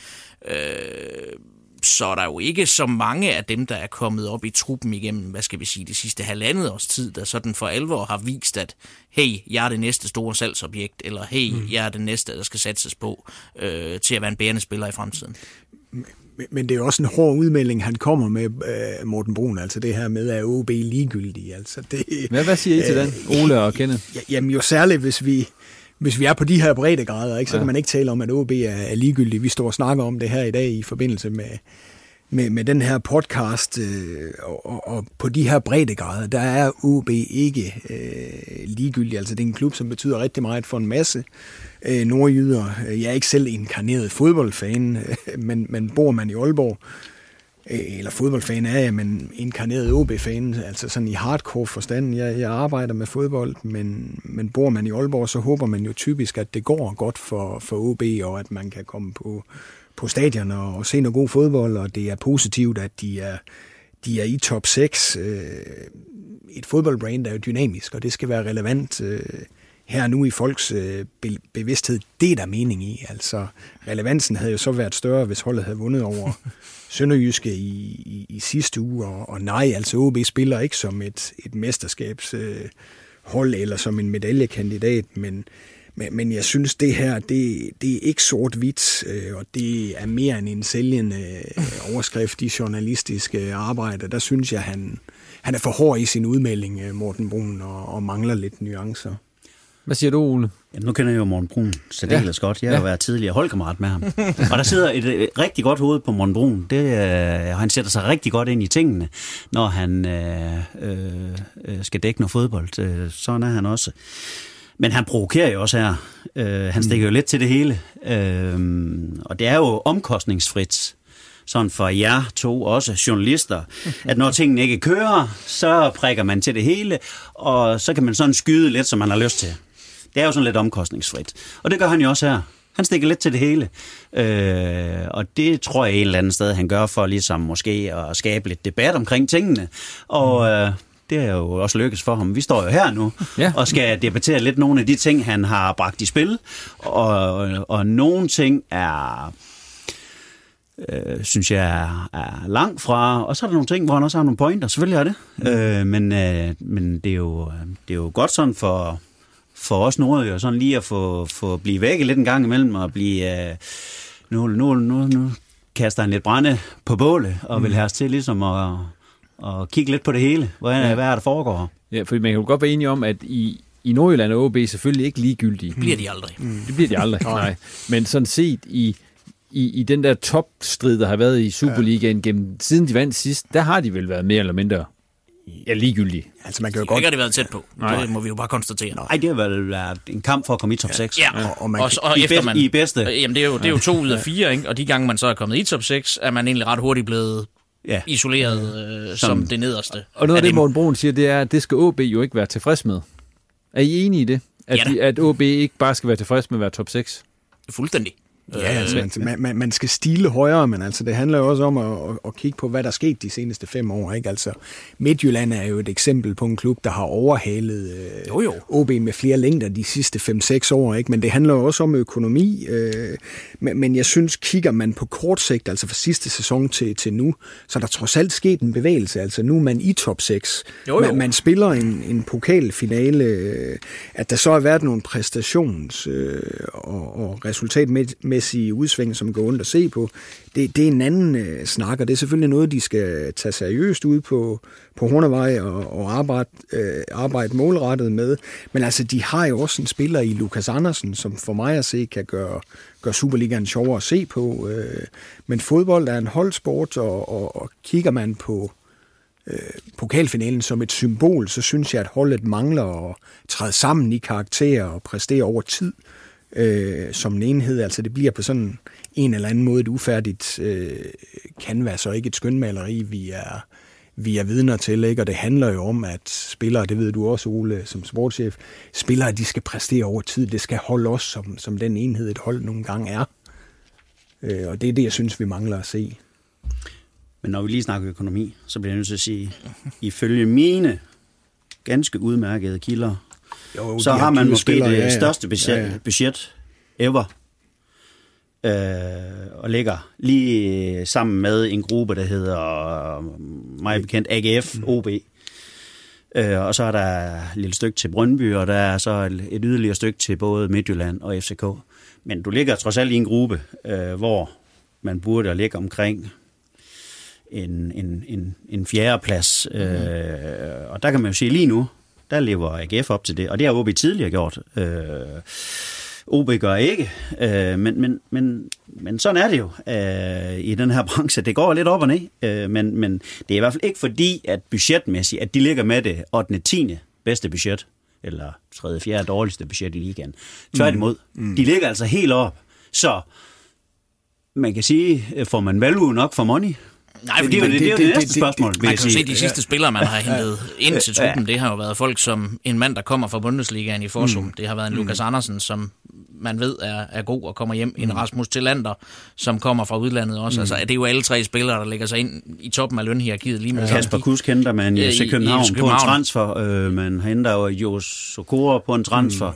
så er der jo ikke så mange af dem, der er kommet op i truppen igennem, det sidste halvandet års tid, der sådan for alvor har vist, at hey, jeg er det næste store salgsobjekt, eller hey, jeg er det næste, der skal satses på til at være en bærende spiller i fremtiden. Men det er også en hård udmelding, han kommer med, Morten Brun, altså det her med, at OB ligegyldig. Altså det, hvad siger I til den, Ole og Kenneth? Jamen jo særligt, hvis vi er på de her breddegrader, ikke, så kan man ikke tale om, at OB er ligegyldig. Vi står og snakker om det her i dag i forbindelse med den her podcast, og på de her breddegrader, der er OB ikke ligegyldig. Altså det er en klub, som betyder rigtig meget for en masse nordjyder. Jeg er ikke selv inkarneret fodboldfan, men bor man i Aalborg, eller fodboldfan er jeg, men inkarneret OB-fan, altså sådan i hardcore forstand. Jeg arbejder med fodbold, men bor man i Aalborg, så håber man jo typisk, at det går godt for OB, og at man kan komme på stadion og se noget god fodbold, og det er positivt, at de er i top 6. Et fodboldbrand er jo dynamisk, og det skal være relevant her nu i folks bevidsthed. Det er der mening i. Altså, relevansen havde jo så været større, hvis holdet havde vundet over Sønderjyske i sidste uge, og nej, altså OB spiller ikke som et mesterskabshold eller som en medaljekandidat, men jeg synes, det her, det er ikke sort-hvidt, og det er mere end en sælgende overskrift i journalistiske arbejde. Der synes jeg, han er for hård i sin udmelding, Morten Brun, og mangler lidt nuancer. Hvad siger du, Ole? Jamen, nu kender jeg jo Morten Brun særdeles godt. Jeg har jo været tidligere holdkammerat med ham. Og der sidder et rigtig godt hoved på Morten Brun. Han sætter sig rigtig godt ind i tingene, når han skal dække noget fodbold. Sådan er han også. Men han provokerer jo også her. Han stikker jo lidt til det hele. Og det er jo omkostningsfrit. Sådan for jer to, også journalister, at når tingene ikke kører, så prikker man til det hele, og så kan man sådan skyde lidt, som man har lyst til. Det er jo sådan lidt omkostningsfrit. Og det gør han jo også her. Han stikker lidt til det hele. Og det tror jeg et eller andet sted, han gør for ligesom måske at skabe lidt debat omkring tingene. Og det er jo også lykkes for ham. Vi står jo her nu og skal debattere lidt nogle af de ting, han har bragt i spil. Og nogle ting er... synes jeg er langt fra, og så er der nogle ting, hvor han også har nogle pointer, selvfølgelig er det, men det er jo godt sådan for os nordjyder, sådan lige at få blive væk lidt en gang imellem, og blive, nu kaster han lidt brænde på bålet, og vil have os til ligesom at kigge lidt på det hele, hvad er der foregår. Ja, for man kan jo godt være enige om, at i Nordjylland og OB selvfølgelig ikke ligegyldige. Det bliver de aldrig. Det bliver de aldrig, nej. Men sådan set i den der topstrid, der har været i Superligaen siden de vandt sidst, der har de vel været mere eller mindre ligegyldige. Altså man kan jo godt... Ikke har det været tæt på. Nej. Det må vi jo bare konstatere. Nej, det har været en kamp for at komme i top 6. Ja, og efter man... I bedste. Jamen det er jo 2 ud af 4, ikke? Og de gange man så er kommet i top 6, er man egentlig ret hurtigt blevet isoleret som det nederste. Og noget af det, Morten Brun siger, det er, at det skal OB jo ikke være tilfreds med. Er I enige i det? At OB ikke bare skal være tilfreds med at være top 6? Fuldstændig. Ja, altså, man skal stile højere, men altså, det handler jo også om at kigge på, hvad der er sket de seneste 5 år. Ikke? Altså, Midtjylland er jo et eksempel på en klub, der har overhalet OB med flere længder de sidste 5-6 år. Ikke? Men det handler jo også om økonomi. Men jeg synes, kigger man på kort sigt, altså fra sidste sæson til nu, så er der trods alt sket en bevægelse. Altså, nu er man i top 6. Man spiller en pokalfinale. At der så har været nogle præstations- og resultatmæssige udsving, som går ondt at se på, det er en anden snak, og det er selvfølgelig noget, de skal tage seriøst ud på Hornevej og arbejde målrettet med. Men altså, de har jo også en spiller i Lukas Andersen, som for mig at se kan gøre Superligaen sjovere at se på. Men fodbold er en holdsport, og kigger man på pokalfinalen som et symbol, så synes jeg, at holdet mangler at træde sammen i karakter og præstere over tid. Som en enhed, altså det bliver på sådan en eller anden måde et ufærdigt canvas og ikke et skønmaleri, vi er vidner til, ikke? Og det handler jo om, at spillere, det ved du også, Ole, som sportschef, spillere, de skal præstere over tid, det skal holde os som den enhed, et hold nogle gange er. Og det er det, jeg synes, vi mangler at se. Men når vi lige snakker økonomi, så bliver jeg nødt til at sige, ifølge mine ganske udmærkede kilder, så har man måske det største budget ever, og ligger lige sammen med en gruppe, der hedder meget bekendt AGF OB. Og så er der et lille stykke til Brøndby, og der er så et yderligere stykke til både Midtjylland og FCK. Men du ligger trods alt i en gruppe, hvor man burde ligge omkring en 4. plads. Og der kan man jo sige lige nu, der lever AGF op til det, og det har OB tidligere gjort. OB gør ikke, men sådan er det jo i den her branche. Det går lidt op og ned, men det er i hvert fald ikke fordi, at budgetmæssigt, at de ligger med det 8. 10. bedste budget, eller 3. 4. dårligste budget i ligaen. Tværtimod, de ligger altså helt op. Så man kan sige, får man value nok for money? Nej, for det er jo det næste spørgsmål. Man kan jo se, de sidste spillere, man har hentet ind til truppen, det har jo været folk som en mand, der kommer fra Bundesligaen i Forsum. Det har været en Lukas Andersen, som man ved er god og kommer hjem. En Rasmus Tillander, som kommer fra udlandet også. Altså, det er jo alle 3 spillere, der lægger sig ind i toppen af lønhierarkiet lige med. Kasper Kusk henter man i København på en transfer. Man henter jo Jos Okora på en transfer.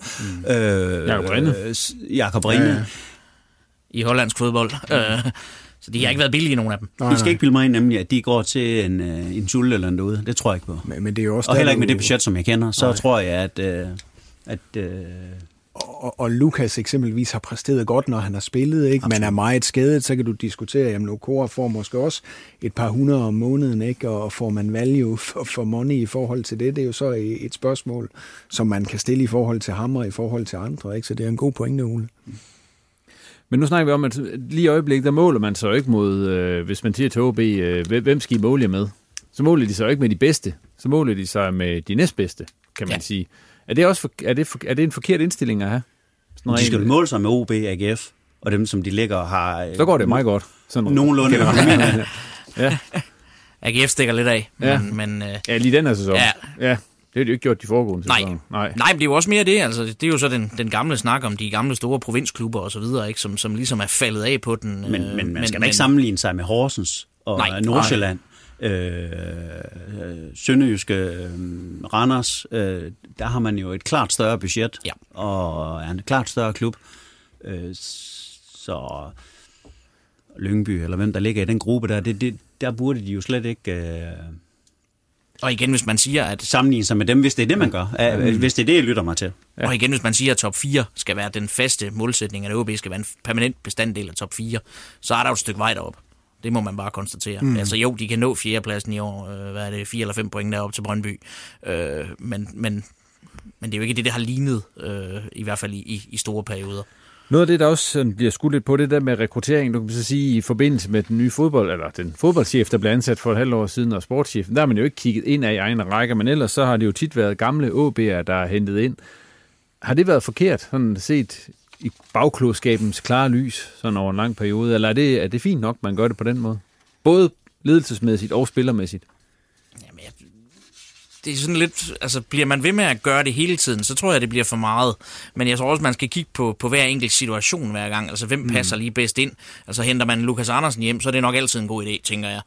Jakob Rinde. I hollandsk fodbold. Så de har ikke været billige, nogen af dem. De skal ikke bilde mig ind, nemlig, at de går til en Tulle eller derude. Det tror jeg ikke på. Men det er jo også og heller ikke med det budget, som jeg kender. Så tror jeg, at og Lukas eksempelvis har præsteret godt, når han har spillet, ikke? Man er meget skadet, så kan du diskutere, jamen Okora får måske også et par 100 om måneden, ikke? Og får man value for money i forhold til det, det er jo så et spørgsmål, som man kan stille i forhold til ham og i forhold til andre, ikke? Så det er en god pointe, Ole. Men nu snakker vi om, at lige i øjeblikket, der måler man så ikke mod, hvis man siger til OB, hvem skal I måle med? Så måler de så ikke med de bedste, så måler de sig med de næstbedste, kan man sige. Er det også er det en forkert indstilling at have? De skal måle sig med OB, AGF, og dem, som de ligger og har... Så går det meget godt. Sådan nogenlunde. Ja. AGF stikker lidt af. Men, ja, lige den her sæson. Ja. Det har de jo ikke gjort de foregående sæsoner. Nej, men det er jo også mere det. Altså, det er jo så den gamle snak om de gamle store provinsklubber og så videre, ikke? Som ligesom er faldet af på den. Men man skal da ikke sammenligne sig med Horsens og Nordsjælland. Sønderjyske, Randers, der har man jo et klart større budget, og er en klart større klub. Så Lyngby, eller hvem der ligger i den gruppe der, der burde de jo slet ikke... Og igen, hvis man siger, at... Sammenligne sig med dem, hvis det er det, man gør. Hvis det er det, jeg lytter mig til. Ja. Og igen, hvis man siger, at top 4 skal være den faste målsætning, at OB skal være en permanent bestanddel af top 4, så er der jo et stykke vej derop. Det må man bare konstatere. Altså jo, de kan nå 4. pladsen i år. Hvad er det? 4 eller 5 point deroppe til Brøndby. Men det er jo ikke det har lignet, i hvert fald i store perioder. Noget af det, der også bliver skudt lidt på, det der med rekruttering, du kan så sige, i forbindelse med den nye den fodboldchef, der blev ansat for et halvt år siden, og sportschefen, der har man jo ikke kigget ind af i egne rækker, men ellers så har det jo tit været gamle OB'er, der er hentet ind. Har det været forkert, sådan set i bagklodskabens klare lys, sådan over en lang periode, eller er det fint nok, man gør det på den måde? Både ledelsesmæssigt og spillermæssigt? Jamen, det er sådan lidt, altså bliver man ved med at gøre det hele tiden, så tror jeg, det bliver for meget. Men jeg tror også, man skal kigge på hver enkelt situation hver gang. Altså, hvem passer lige bedst ind? Altså, henter man Lukas Andersen hjem, så er det nok altid en god idé, tænker jeg.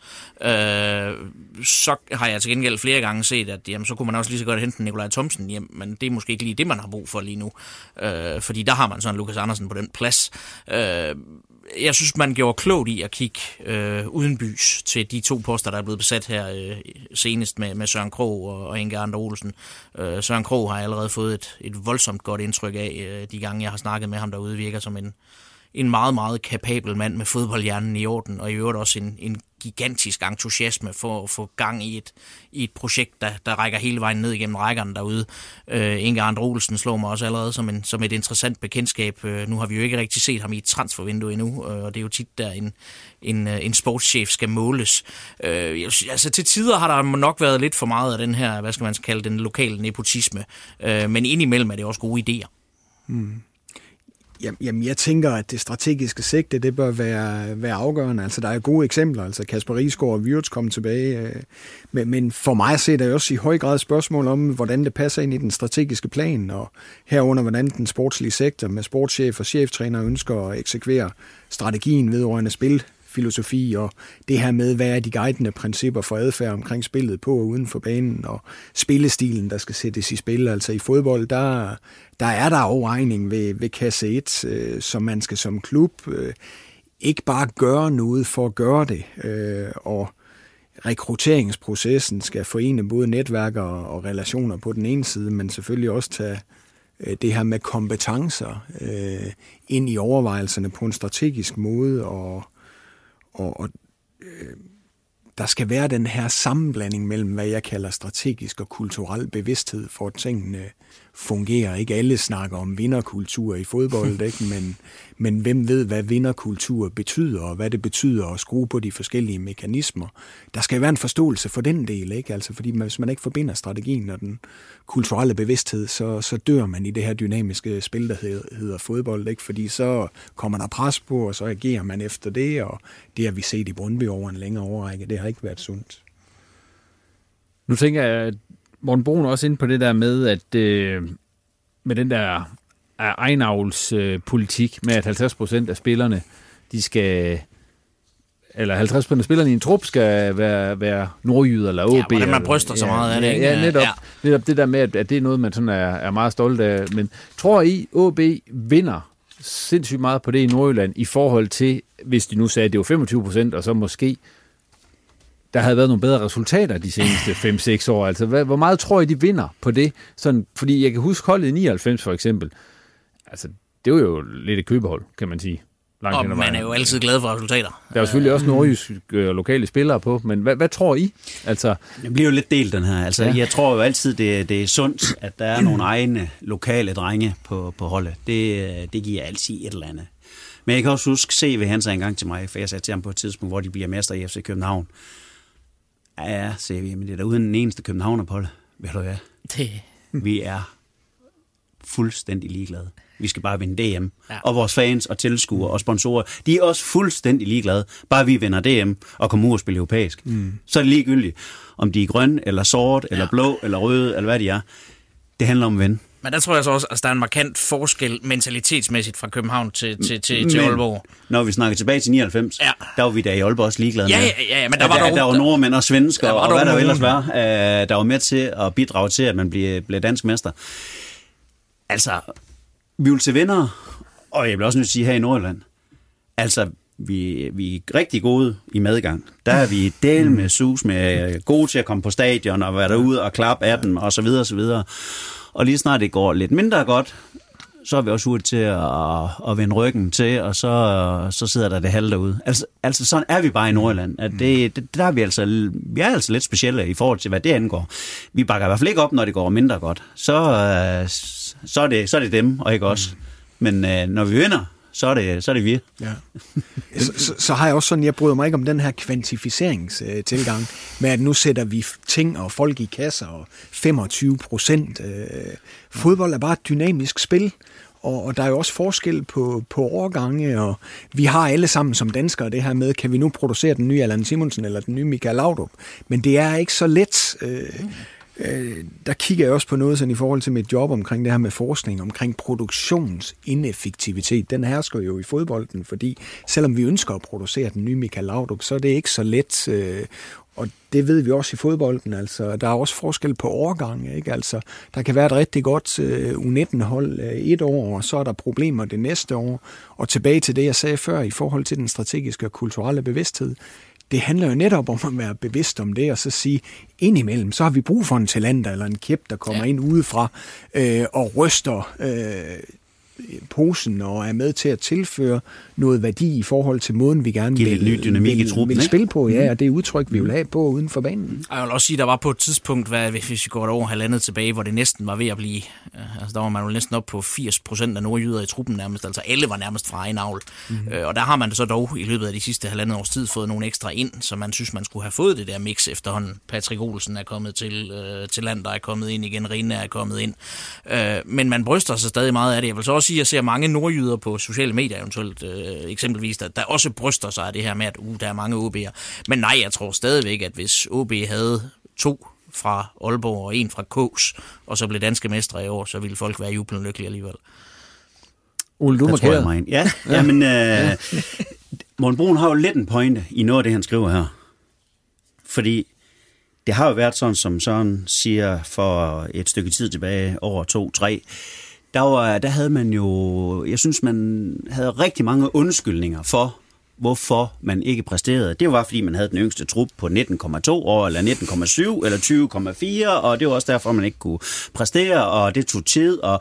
Så har jeg til gengæld flere gange set, at jamen, så kunne man også lige så godt hente Nikolaj Thomsen hjem, men det er måske ikke lige det, man har brug for lige nu. Fordi der har man sådan Lukas Andersen på den plads. Jeg synes, man gjorde klogt i at kigge udenbys til de 2 poster, der er blevet besat her senest med Søren Krog og Inge Arndt Olsen. Søren Krog har allerede fået et voldsomt godt indtryk af de gange, jeg har snakket med ham derude, virker som en meget, meget kapabel mand med fodboldhjernen i orden, og i øvrigt også en gigantisk entusiasme for at få gang i et projekt, der rækker hele vejen ned igennem rækkerne derude. Inge Arndt Olsen slår mig også allerede som et interessant bekendtskab. Nu har vi jo ikke rigtig set ham i et transfervindue endnu, og det er jo tit, der en sportschef skal måles. Altså til tider har der nok været lidt for meget af den her, hvad skal man kalde den lokale nepotisme, men indimellem er det også gode idéer. Jamen, jeg tænker, at det strategiske sigte, det bør være afgørende. Altså, der er gode eksempler. Altså, Kasper Risgaard og Wirtz kom tilbage. Men for mig ser det også i høj grad spørgsmål om, hvordan det passer ind i den strategiske plan, og herunder, hvordan den sportslige sektor med sportschef og cheftræner ønsker at eksekvere strategien vedrørende spilfilosofi, og det her med, hvad er de guidende principper for adfærd omkring spillet på og uden for banen, og spillestilen, der skal sættes i spil. Altså i fodbold, der er der afvejning ved kasse 1, som man skal som klub ikke bare gøre noget for at gøre det, og rekrutteringsprocessen skal forene både netværk og relationer på den ene side, men selvfølgelig også tage det her med kompetencer ind i overvejelserne på en strategisk måde, og der skal være den her sammenblanding mellem, hvad jeg kalder strategisk og kulturel bevidsthed, for at tingene fungerer. Ikke alle snakker om vinderkultur i fodbold, ikke? Men hvem ved, hvad vinderkultur betyder, og hvad det betyder at skrue på de forskellige mekanismer. Der skal være en forståelse for den del, ikke? Altså, fordi hvis man ikke forbinder strategien og den kulturelle bevidsthed, så dør man i det her dynamiske spil, der hedder fodbold, ikke? Fordi så kommer der pres på, og så agerer man efter det, og det har vi set i Brøndby over en længere årrække. Det har ikke været sundt. Nu tænker jeg, at Morten Brun også inde på det der med, at med den der egenavlspolitik med, at 50% af spillerne, eller 50% af spillerne i en trup skal være nordjyder eller OB. Ja, hvordan man bryster så meget af det, ikke? Ja, netop det der med, at det er noget, man sådan er meget stolt af. Men tror I, OB vinder sindssygt meget på det i Nordjylland, i forhold til, hvis de nu sagde, at det var 25%, og så måske der havde været nogle bedre resultater de seneste 5-6 år. Altså, hvor meget tror I, de vinder på det? Sådan, fordi jeg kan huske holdet i 99 for eksempel. altså, det er jo lidt et købehold, kan man sige. Og man er jo altid glad for resultater. Der er jo selvfølgelig også nordjyske lokale spillere på, men hvad tror I? Altså, det bliver jo lidt delt, den her. Altså, jeg tror jo altid, det er sundt, at der er nogle egne lokale drenge på holdet. Det giver altid et eller andet. Men jeg kan også huske, CV han sagde engang til mig, for jeg sagde til ham på et tidspunkt, hvor de bliver mester i FC København. Ja, CV, men det er da uden den eneste københavner på det. Ved du hvad? Vi er fuldstændig ligeglade. Vi skal bare vinde DM. Ja. Og vores fans og tilskuere og sponsorer, de er også fuldstændig ligeglade. Bare vi vinder DM og kommer ud og spiller europæisk. Så er det ligegyldigt, om de er grønne, eller sort, eller blå, eller røde, eller hvad de er. Det handler om at vinde. Men der tror jeg så også, at der er en markant forskel mentalitetsmæssigt fra København til Aalborg. Når vi snakker tilbage til 99, der var vi da i Aalborg også ligeglade med. Ja, men der var nordmænd og svensker, og hvad der jo ellers var, der var med til at bidrage til, at man blev dansk mester. Altså, vi vil til vinder, og jeg vil også nødt til at sige her i Nordjylland, altså, vi er rigtig gode i medgang. Der er vi del med sus, med gode til at komme på stadion og være derude og klappe af dem, og så videre, og så videre. Og lige snart det går lidt mindre godt, så er vi også hurtigt til at vende ryggen til, og så sidder der det halve derude. Altså sådan er vi bare i Nordjylland. At der er vi er altså lidt specielle i forhold til, hvad det angår. Vi bakker i hvert fald ikke op, når det går mindre godt. Så er det dem, og ikke os. Men når vi vinder, så er det vi. Ja. Så har jeg også sådan, jeg bryder mig ikke om den her kvantificeringstilgang, med at nu sætter vi ting og folk i kasser, og 25%. Fodbold er bare et dynamisk spil, og der er jo også forskel på årgange, og vi har alle sammen som danskere det her med, kan vi nu producere den nye Allan Simonsen eller den nye Michael Laudrup? Men det er ikke så let. Der kigger jeg også på noget sådan i forhold til mit job omkring det her med forskning, omkring produktionsineffektivitet. Den hersker jo i fodbolden, fordi selvom vi ønsker at producere den nye Michael Laudrup, så er det ikke så let. Og det ved vi også i fodbolden. Altså, der er også forskel på årgange. Ikke? Altså, der kan være et rigtig godt U19-hold et år, og så er der problemer det næste år. Og tilbage til det, jeg sagde før, i forhold til den strategiske og kulturelle bevidsthed. Det handler jo netop om at være bevidst om det, og så sige, indimellem, så har vi brug for en talenter eller en kæp, der kommer ind udefra og ryster posen og er med til at tilføre noget værdi i forhold til måden, vi gerne vil spille på. Ja, og det er udtryk, vi vil have på uden for banen. Jeg vil også sige, der var på et tidspunkt, hvis vi går over halvandet tilbage, hvor det næsten var ved at blive, altså der var man jo næsten op på 80% af nordjyder i truppen nærmest, altså alle var nærmest fra egen avl. Og der har man så dog i løbet af de sidste halvandet års tid fået nogle ekstra ind, så man synes, man skulle have fået det der mix efterhånden. Patrick Olsen er kommet til land, der er kommet ind igen, Rine er kommet ind. Men man bryster sig stadig meget af det. Jeg vil så også sige, at jeg ser mange nordjyder på sociale medier eventuelt, eksempelvis, der også bryster sig af det her med, at der er mange OB'er. Men nej, jeg tror stadigvæk, at hvis OB havde 2 fra Aalborg og 1 fra Kås, og så blev danske mestre i år, så ville folk være jublende lykkelige alligevel. Ole, du markerer. Ja, men Morten Brun har jo lidt en pointe i noget af det, han skriver her. Fordi det har jo været sådan, som Søren siger for et stykke tid tilbage, over 2-3, der havde man jo, jeg synes, man havde rigtig mange undskyldninger for, hvorfor man ikke præsterede. Det var, fordi man havde den yngste trup på 19,2 år, eller 19,7, eller 20,4, og det var også derfor, man ikke kunne præstere, og det tog tid, og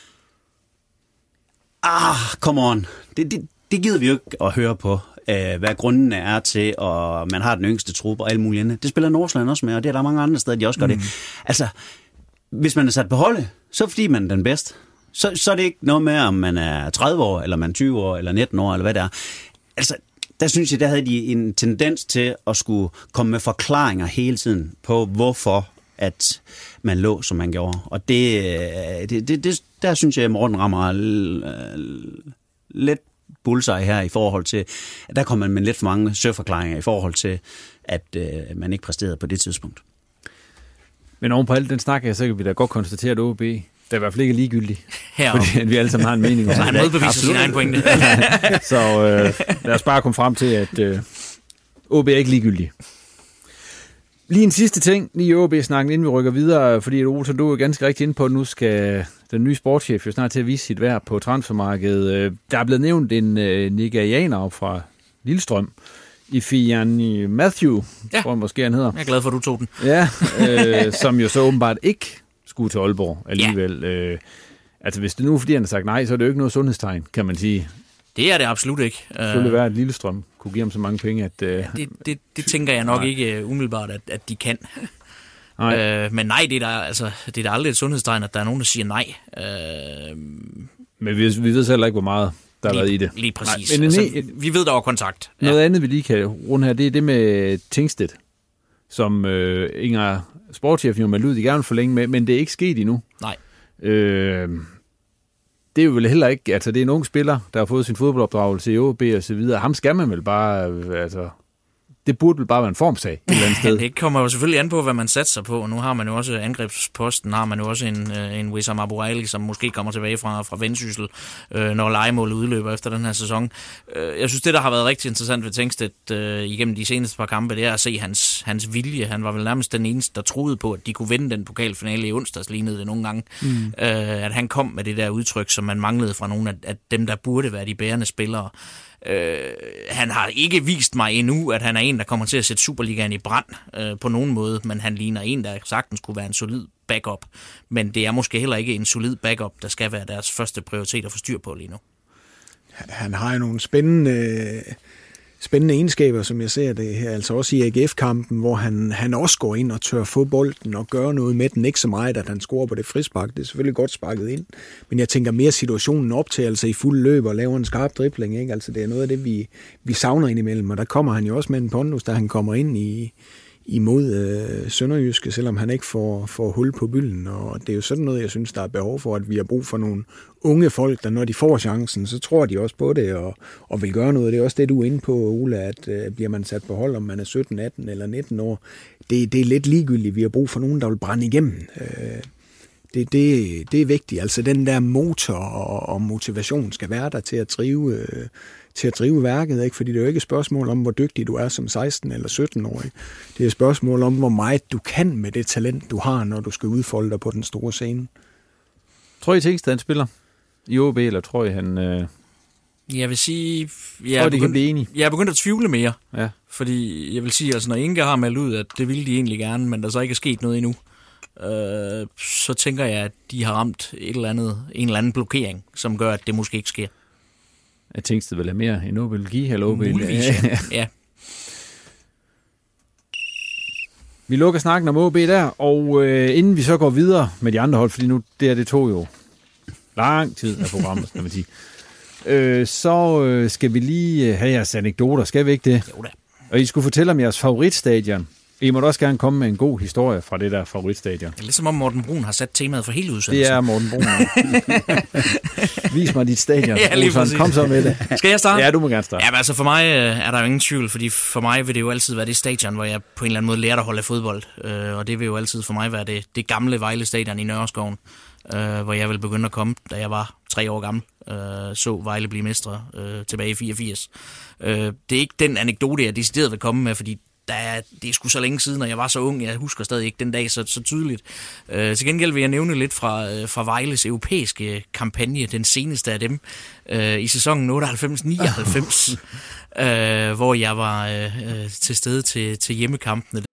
come on. Det gider vi jo ikke at høre på, hvad grunden er til, og man har den yngste trup og alt muligt andet. Det spiller Nordsjælland også med, og det er der mange andre steder, de også gør det. Altså, hvis man er sat på holdet, så er fordi man er den bedste. Så er det ikke noget med, om man er 30 år, eller man er 20 år, eller 19 år, eller hvad det er. Altså, der synes jeg, der havde de en tendens til at skulle komme med forklaringer hele tiden på, hvorfor at man lå, som man gjorde. Og der synes jeg, at Morten rammer lidt bullseye her i forhold til, at der kommer man med lidt for mange søforklaringer i forhold til, at man ikke præsterede på det tidspunkt. Men ovenpå alt den snak, så kan vi da godt konstatere, at OB, der er i hvert fald ikke ligegyldigt. Fordi vi alle sammen har en mening. Så han modbeviser sin egen pointe. Så lad os bare komme frem til, at OB er ikke ligegyldig. Lige en sidste ting, lige OB-snakken, inden vi rykker videre, fordi Olsen, du er ganske rigtig inde på, at nu skal den nye sportschef jo snart til at vise sit værd på transfermarkedet. Der er blevet nævnt en nigerianer fra Lillestrøm, Ifeanyi Matthew, tror jeg måske han hedder. Jeg er glad for, at du tog den. Ja, som jo så åbenbart ikke skulle til Aalborg alligevel. Altså, hvis det nu er, fordi han har sagt nej, så er det jo ikke noget sundhedstegn, kan man sige. Det er det absolut ikke. Det skulle være, at Lillestrøm kunne give ham så mange penge, at... Det tænker jeg nok ikke umiddelbart, at de kan. Men nej, det er da aldrig et sundhedstegn, at der er nogen, der siger nej. Men vi ved selv ikke, hvor meget der har været i det. Lige præcis. Nej, men vi ved, der var kontakt. Noget andet, vi lige kan runde her, det er det med Tingstedt, som Inger sportschef jo meldt ud, de gerne vil forlænge med, men det er ikke sket endnu. Nej. Det er jo vel heller ikke, altså det er en ung spiller, der har fået sin fodboldopdragelse i OB og så videre. Ham skal man vel bare, altså... Det burde vel bare være en formsag et eller andet sted. Det kommer jo selvfølgelig an på, hvad man satser på. Nu har man jo også angrebsposten, har man jo også en Wissam Abu-Aili, som måske kommer tilbage fra Vendsyssel, når lejemålet udløber efter den her sæson. Jeg synes, det, der har været rigtig interessant ved Tingstedt igennem de seneste par kampe, det er at se hans vilje. Han var vel nærmest den eneste, der troede på, at de kunne vinde den pokalfinale i onsdags, lignede det nogle gange. At han kom med det der udtryk, som man manglede fra nogle af dem, der burde være de bærende spillere. Han har ikke vist mig endnu, at han er en, der kommer til at sætte Superligaen i brand på nogen måde, men han ligner en, der sagtens kunne være en solid backup. Men det er måske heller ikke en solid backup, der skal være deres første prioritet at få styr på lige nu. Han har jo nogle spændende egenskaber, som jeg ser det her, altså også i AGF-kampen, hvor han også går ind og tør få bolden og gøre noget med den. Ikke så meget, at han scorer på det frispark. Det er selvfølgelig godt sparket ind, men jeg tænker mere situationen op til, altså i fuld løb og laver en skarp dribling. Ikke? Altså det er noget af det, vi savner indimellem, og der kommer han jo også med en pondus, da han kommer ind imod Sønderjyske, selvom han ikke får hul på bylden, og det er jo sådan noget, jeg synes, der er behov for, at vi har brug for nogle unge folk, der når de får chancen, så tror de også på det, og vil gøre noget. Det er også det, du er inde på, Ole, at bliver man sat på hold, om man er 17, 18 eller 19 år, det er lidt ligegyldigt. Vi har brug for nogen, der vil brænde igennem. Det er vigtigt. Altså den der motor og motivation skal være der til at drive værket, ikke? Fordi det er jo ikke et spørgsmål om, hvor dygtig du er som 16- eller 17-årig. Det er et spørgsmål om, hvor meget du kan med det talent, du har, når du skal udfolde dig på den store scene. Tror I Tingstedt, han spiller i OB, eller tror I, han... Jeg vil sige... Jeg er begyndt at tvivle mere. Ja. Fordi jeg vil sige, altså når Inge har meldt ud, at det ville de egentlig gerne, men der så ikke er sket noget endnu, så tænker jeg, at de har ramt en eller anden blokering, som gør, at det måske ikke sker. Jeg tænkte, det ville have mere end OB vil give, eller OB. Muligvis, ja. Vi lukker snakken om OB der, og inden vi så går videre med de andre hold, fordi nu det tog jo lang tid af programmet, kan man sige, så skal vi lige have jeres anekdoter. Skal vi ikke det? Jo da. Og I skulle fortælle om jeres favoritstadion. I må også gerne komme med en god historie fra det der favoritstadion. Det er lidt som om Morten Brun har sat temaet for hele udsendelsen. Det er Morten Brun. Vis mig dit stadion. Ja, lige præcis. Kom så med det. Skal jeg starte? Ja, du må gerne starte. Ja, men altså for mig er der jo ingen tvivl, fordi for mig vil det jo altid være det stadion, hvor jeg på en eller anden måde lærte at holde fodbold. Og det vil jo altid for mig være det gamle Vejle Stadion i Nørreskoven, hvor jeg ville begynde at komme, da jeg var 3 år gammel. Så Vejle blive mestre tilbage i 84. Det er ikke den anekdote, jeg decideret vil komme med, fordi det er sgu så længe siden, og jeg var så ung, jeg husker stadig ikke den dag så tydeligt. Til gengæld vil jeg nævne lidt fra Vejles europæiske kampagne, den seneste af dem, i sæsonen 98-99, hvor jeg var til stede til hjemmekampene.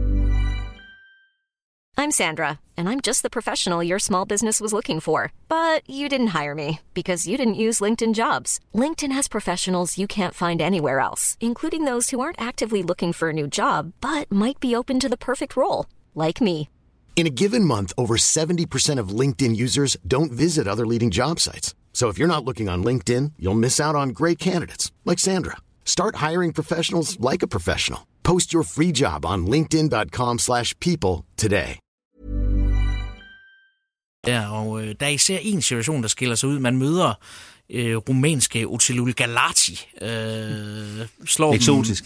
I'm Sandra, and I'm just the professional your small business was looking for. But you didn't hire me because you didn't use LinkedIn Jobs. LinkedIn has professionals you can't find anywhere else, including those who aren't actively looking for a new job, but might be open to the perfect role, like me. In a given month, over 70% of LinkedIn users don't visit other leading job sites. So if you're not looking on LinkedIn, you'll miss out on great candidates like Sandra. Start hiring professionals like a professional. Post your free job on linkedin.com/people today. Ja, og der er især en situation, der skiller sig ud. Man møder rumænske Oțelul Galați. Slår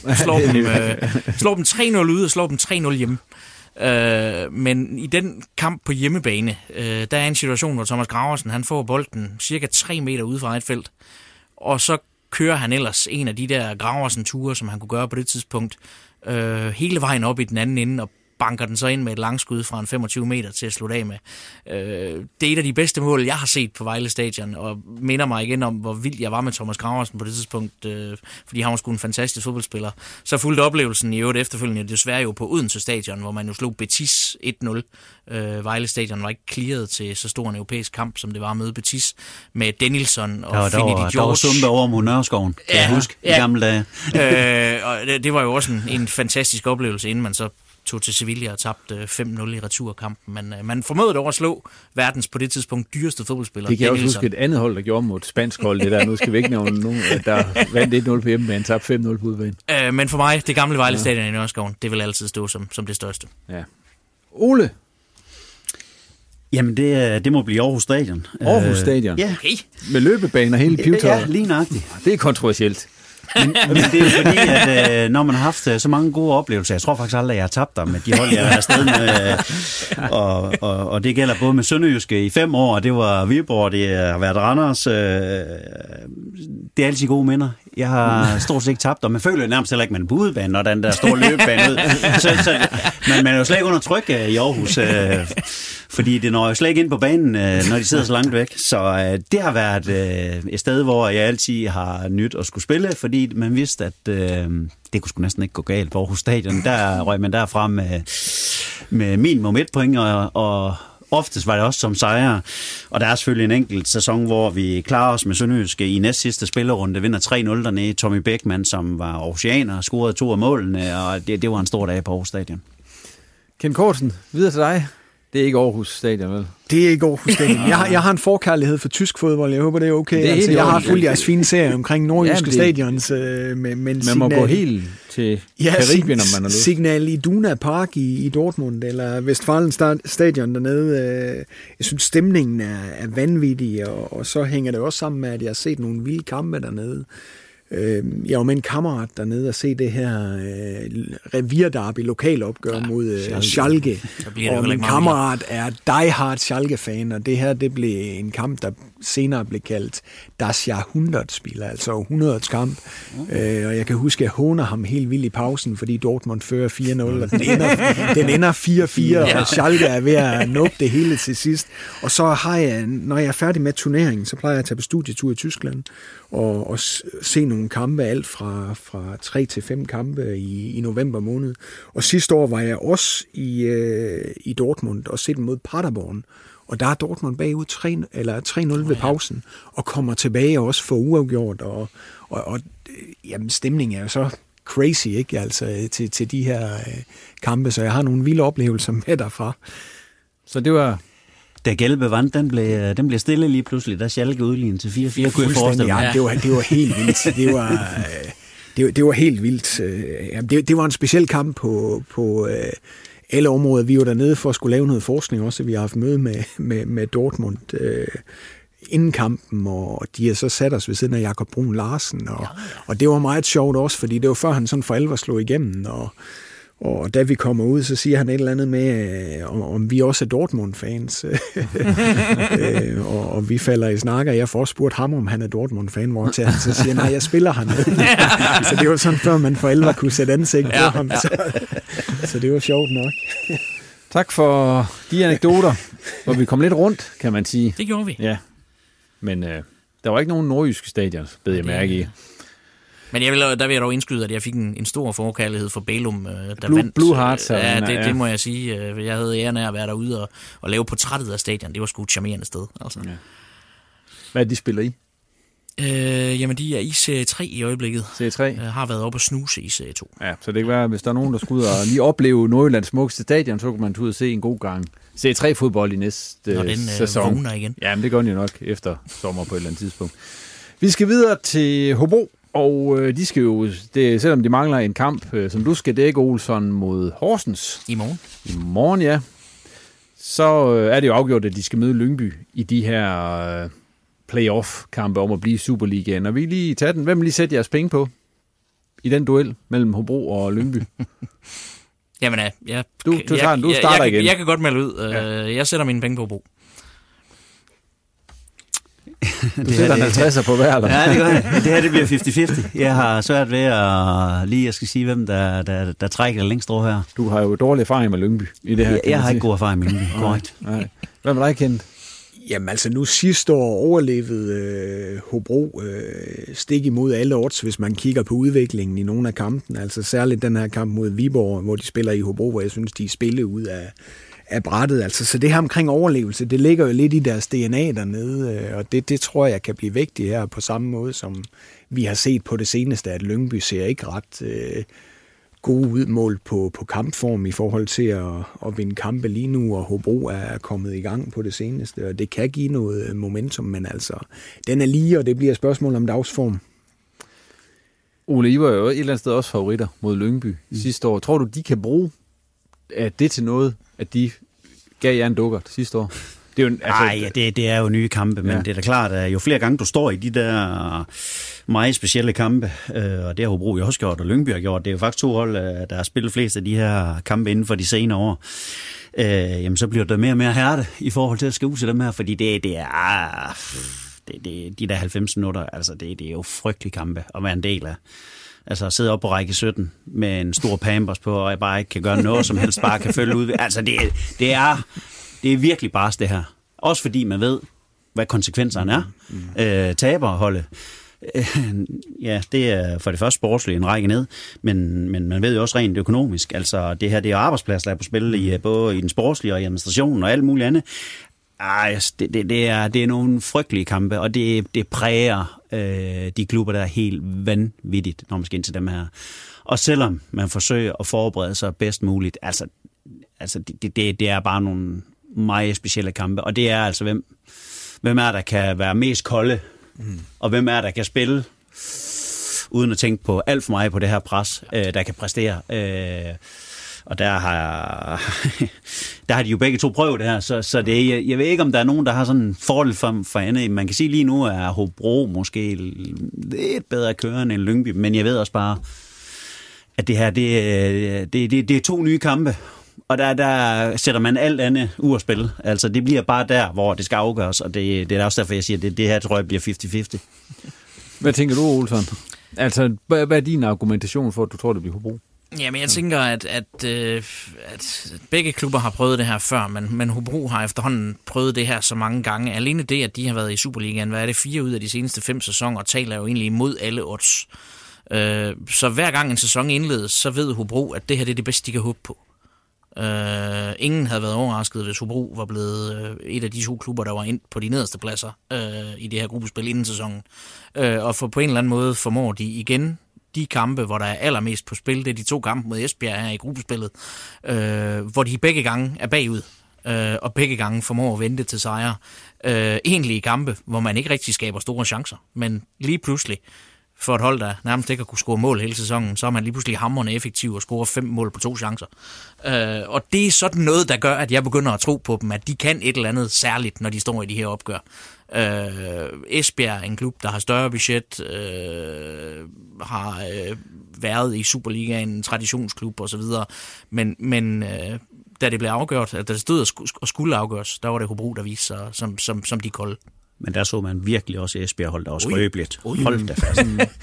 dem 3-0 ude og slår dem 3-0 hjemme. Men i den kamp på hjemmebane, der er en situation, hvor Thomas Graversen, han får bolden cirka 3 meter ude fra et felt. Og så kører han ellers en af de der Graversen-ture, som han kunne gøre på det tidspunkt, hele vejen op i den anden ende, og banker den så ind med et langskud fra en 25 meter til at slutte af med. Det er et af de bedste mål, jeg har set på Vejle Stadion, og minder mig igen om, hvor vild jeg var med Thomas Graversen på det tidspunkt, fordi han var sgu en fantastisk fodboldspiller. Så fulgte oplevelsen i øvrigt efterfølgende desværre jo på Odense Stadion, hvor man jo slog Betis 1-0. Vejle Stadion var ikke clearet til så stor en europæisk kamp, som det var at møde Betis med Denilson og Finidi George. Der var Sumpe over mod Nørreskoven, kan jeg huske, i gamle dage. Og det var jo også en fantastisk oplevelse, inden man så tog til Sevilla og tabte 5-0 i returkampen. Men man formåede dog at slå verdens på det tidspunkt dyreste fodboldspiller. Det kan jeg også huske et andet hold, der gjorde mod et spansk hold. Det der, nu skal vi ikke nævne nogen, der vandt 1-0 på hjemmebane, tabte 5-0 på udebane. Men for mig, det gamle Vejle Stadion i Nørreskoven, det vil altid stå som det største. Ja. Ole? Jamen, det må blive Aarhus Stadion. Aarhus Stadion? Ja. Okay. Med løbebaner hele pivetøjet? Ja, lige nøjagtigt. Det er kontroversielt. Men det er fordi, at når man har haft så mange gode oplevelser, jeg tror faktisk aldrig, at jeg har tabt dem med de hold, jeg er afsted med. Og det gælder både med Sønderjyske i 5 år, og det var Viborg, det har været Randers. Det er altid gode minder. Jeg har stort set ikke tabt, og man føler nærmest heller ikke, man er på udebane, når den der store løbebane ud. Men man er jo slet ikke under tryk i Aarhus, fordi det når jo slet ikke ind på banen, når de sidder så langt væk. Så det har været et sted, hvor jeg altid har nyt at skulle spille, fordi man vidste, at det kunne sgu næsten ikke gå galt på Aarhus Stadion. Der røg man derfra med minimum 1 point, og oftest var det også som sejre. Og der er selvfølgelig en enkelt sæson, hvor vi klarer os med Sønderjyske i næst sidste spillerunde, vinder 3-0 dernede. Tommy Beckmann, som var aarhusianer, scorede 2 af målene, og det var en stor dag på Aarhus Stadion. Ken Kortsen, videre til dig. Det er ikke Aarhus Stadion, vel? Det er ikke Aarhus Stadion. Jeg har en forkærlighed for tysk fodbold. Jeg håber, det er okay. Jeg har fulgt jeres fine serie omkring nordjyske stadions. Man må gå helt til Karibien, om man har lyst. Signal Iduna Park i Dortmund, eller Westfalen Stadion dernede. Jeg synes, stemningen er vanvittig, og så hænger det også sammen med, at jeg har set nogle vilde kampe dernede. Jeg var med en kammerat dernede og se det her revirderby lokalopgør mod Schalke. Og min kammerat er diehard Schalke-fan, og det her, det blev en kamp, der senere blev kaldt Das Jahrhundertspiel, altså 100's kamp. Og jeg kan huske, at jeg håner ham helt vildt i pausen, fordi Dortmund fører 4-0, og den ender 4-4, og Schalke er ved at nuppe det hele til sidst. Og så har jeg, når jeg er færdig med turneringen, så plejer jeg at tage på studietur i Tyskland, og se nogle kampe, alt fra 3 til 5 kampe i november måned. Og sidste år var jeg også i Dortmund og set mod Paderborn. Og der er Dortmund bagud 3-0 ved pausen, og kommer tilbage og også får uafgjort. Og jamen, stemningen er jo så crazy, ikke? Altså, til de her kampe, så jeg har nogle vilde oplevelser med derfra. Så det var... Da Gelbe vandt, den blev stille lige pludselig. Der Schalke udlignet til 4-4, kunne jeg forestille mig. Ja, det var helt vildt. Det var helt vildt. Det var en speciel kamp på alle områder. Vi var dernede for at skulle lave noget forskning også. Vi har haft møde med Dortmund inden kampen, og de har så sat os ved siden af Jakob Brun Larsen. Og det var meget sjovt også, fordi det var før han sådan for alvor slog igennem, og da vi kommer ud, så siger han et eller andet med, om vi også er Dortmund-fans. og vi falder i snak, og jeg får spurgt ham, om han er Dortmund-fan, hvor han så siger, nej, jeg spiller hernede. Så det var sådan, før man for alvor kunne sætte ansigt på ham. Så det var sjovt nok. Tak for de anekdoter, hvor vi kom lidt rundt, kan man sige. Det gjorde vi. Ja, men der var ikke nogen nordjyske stadions, bed jeg mærke i. Men der vil jeg dog indskyde, at jeg fik en stor forkærlighed for Bælum, der vandt. Blue Hearts. Det må jeg sige. Jeg havde æren af at være derude og lave portrættet af stadion. Det var sgu et charmerende sted. Altså. Ja. Hvad er de spiller i? Jamen, de er i serie 3 i øjeblikket. Serie 3? Har været oppe og snuse i serie 2. Ja, så det kan være, hvis der er nogen, der skal ud og lige opleve Nordjyllands smukkeste stadion, så kan man ud og se en god gang serie 3-fodbold i næste sæson. Vågner igen. Ja, men det gør den jo nok efter sommer på et eller andet tidspunkt. Vi skal videre til Hobro. Og de skal jo, selvom de mangler en kamp, som du skal dække, Olsson, mod Horsens. I morgen, ja. Så er det jo afgjort, at de skal møde Lyngby i de her playoff-kampe om at blive Superligaen. Og vi lige tager den. Hvem vil lige sætte jeres penge på i den duel mellem Hobro og Lyngby? Jamen, du starter igen. Jeg kan godt melde ud. Jeg sætter mine penge på Hobro. Du sætter en 50'er på hver, eller? Ja, det gør jeg. Det her, det bliver 50-50. Jeg har svært ved at jeg skal sige, hvem der trækker det længst over her. Du har jo dårlig erfaring med Lyngby i det her. Jeg har ikke god erfaring med Lyngby, korrekt. Nej. Hvad med dig, Kent? Jamen altså nu sidste år overlevede Hobro stik imod alle odds, hvis man kigger på udviklingen i nogle af kampen. Altså særligt den her kamp mod Viborg, hvor de spiller i Hobro, hvor jeg synes, de spiller ud af brættet. Altså, så det her omkring overlevelse, det ligger jo lidt i deres DNA dernede, og det tror jeg kan blive vigtigt her på samme måde, som vi har set på det seneste, at Lyngby ser ikke ret gode udmål på kampform i forhold til at vinde kampe lige nu, og Hobro er kommet i gang på det seneste, og det kan give noget momentum, men altså, den er lige, og det bliver et spørgsmål om dagsform. Ole, I var jo et eller andet sted også favoritter mod Lyngby sidste år. Tror du, de kan bruge det til noget, at de gav jer en dukker sidste år? Det er jo nye kampe, men det er da klart, at jo flere gange du står i de der meget specielle kampe, og det har Hobro jo også gjort, og Lyngby har gjort, det er jo faktisk 2 hold, der har spillet flest af de her kampe inden for de senere år, jamen så bliver det mere og mere hærde i forhold til at skrive til dem her, fordi det er de der 90 minutter, altså det er jo frygtelige kampe at være en del af. Altså at sidde op på række 17 med en stor pampers på, og jeg bare ikke kan gøre noget som helst, bare kan følge ud. Altså det er virkelig bare det her. Også fordi man ved, hvad konsekvenserne er. Taberholdet. Ja, det er for det første sportsligt en række ned, men man ved jo også rent økonomisk. Altså det her, det er arbejdspladser, der er på spil både i den sportslige og i administrationen og alt muligt andet. Det er nogle frygtelige kampe, og det præger de klubber, der er helt vanvittigt, når man skal ind til dem her. Og selvom man forsøger at forberede sig bedst muligt, altså det er bare nogle meget specielle kampe, og det er altså, hvem er der kan være mest kolde, og hvem er der kan spille, uden at tænke på alt for meget på det her pres, der kan præstere. Og der har de jo begge to prøvet det her, så det, jeg ved ikke, om der er nogen, der har sådan en fordel for andet. Man kan sige lige nu, at Hobro måske lidt bedre kørende end Lyngby, men jeg ved også bare, at det her, det er 2 nye kampe, og der sætter man alt andet ud at spille. Altså, det bliver bare der, hvor det skal afgøres, og det er også derfor, jeg siger, at det her, tror jeg, bliver 50-50. Hvad tænker du, Olsson? Altså, hvad er din argumentation for, at du tror, det bliver Hobro? Jamen, jeg tænker, at begge klubber har prøvet det her før, men Hobro har efterhånden prøvet det her så mange gange. Alene det, at de har været i Superligaen, hvad er det, 4 ud af de seneste 5 sæsoner, taler jo egentlig imod alle odds. Så hver gang en sæson indledes, så ved Hobro, at det her det er det bedste, de kan håbe på. Ingen havde været overrasket, hvis Hobro var blevet et af de 2 klubber, der var ind på de nederste pladser i det her gruppespil inden sæsonen. Og for på en eller anden måde formår de igen de kampe, hvor der er allermest på spil, det er de 2 kampe mod Esbjerg her i gruppespillet, hvor de begge gange er bagud, og begge gange formår at vente til sejre. Egentlige kampe, hvor man ikke rigtig skaber store chancer, men lige pludselig, for et hold, der nærmest ikke har kunne score mål hele sæsonen, så er man lige pludselig hamrende effektiv og scorer 5 mål på 2 chancer. Og det er sådan noget, der gør, at jeg begynder at tro på dem, at de kan et eller andet særligt, når de står i de her opgør. Esbjerg er en klub, der har større budget, har været i Superligaen, en traditionsklub osv., men da det blev afgjort, da det stod og skulle afgøres, der var det Hobro, der viste sig som de kolde. Men der så man virkelig også Esbjerg holdt der også skrøbeligt. Hold da fast.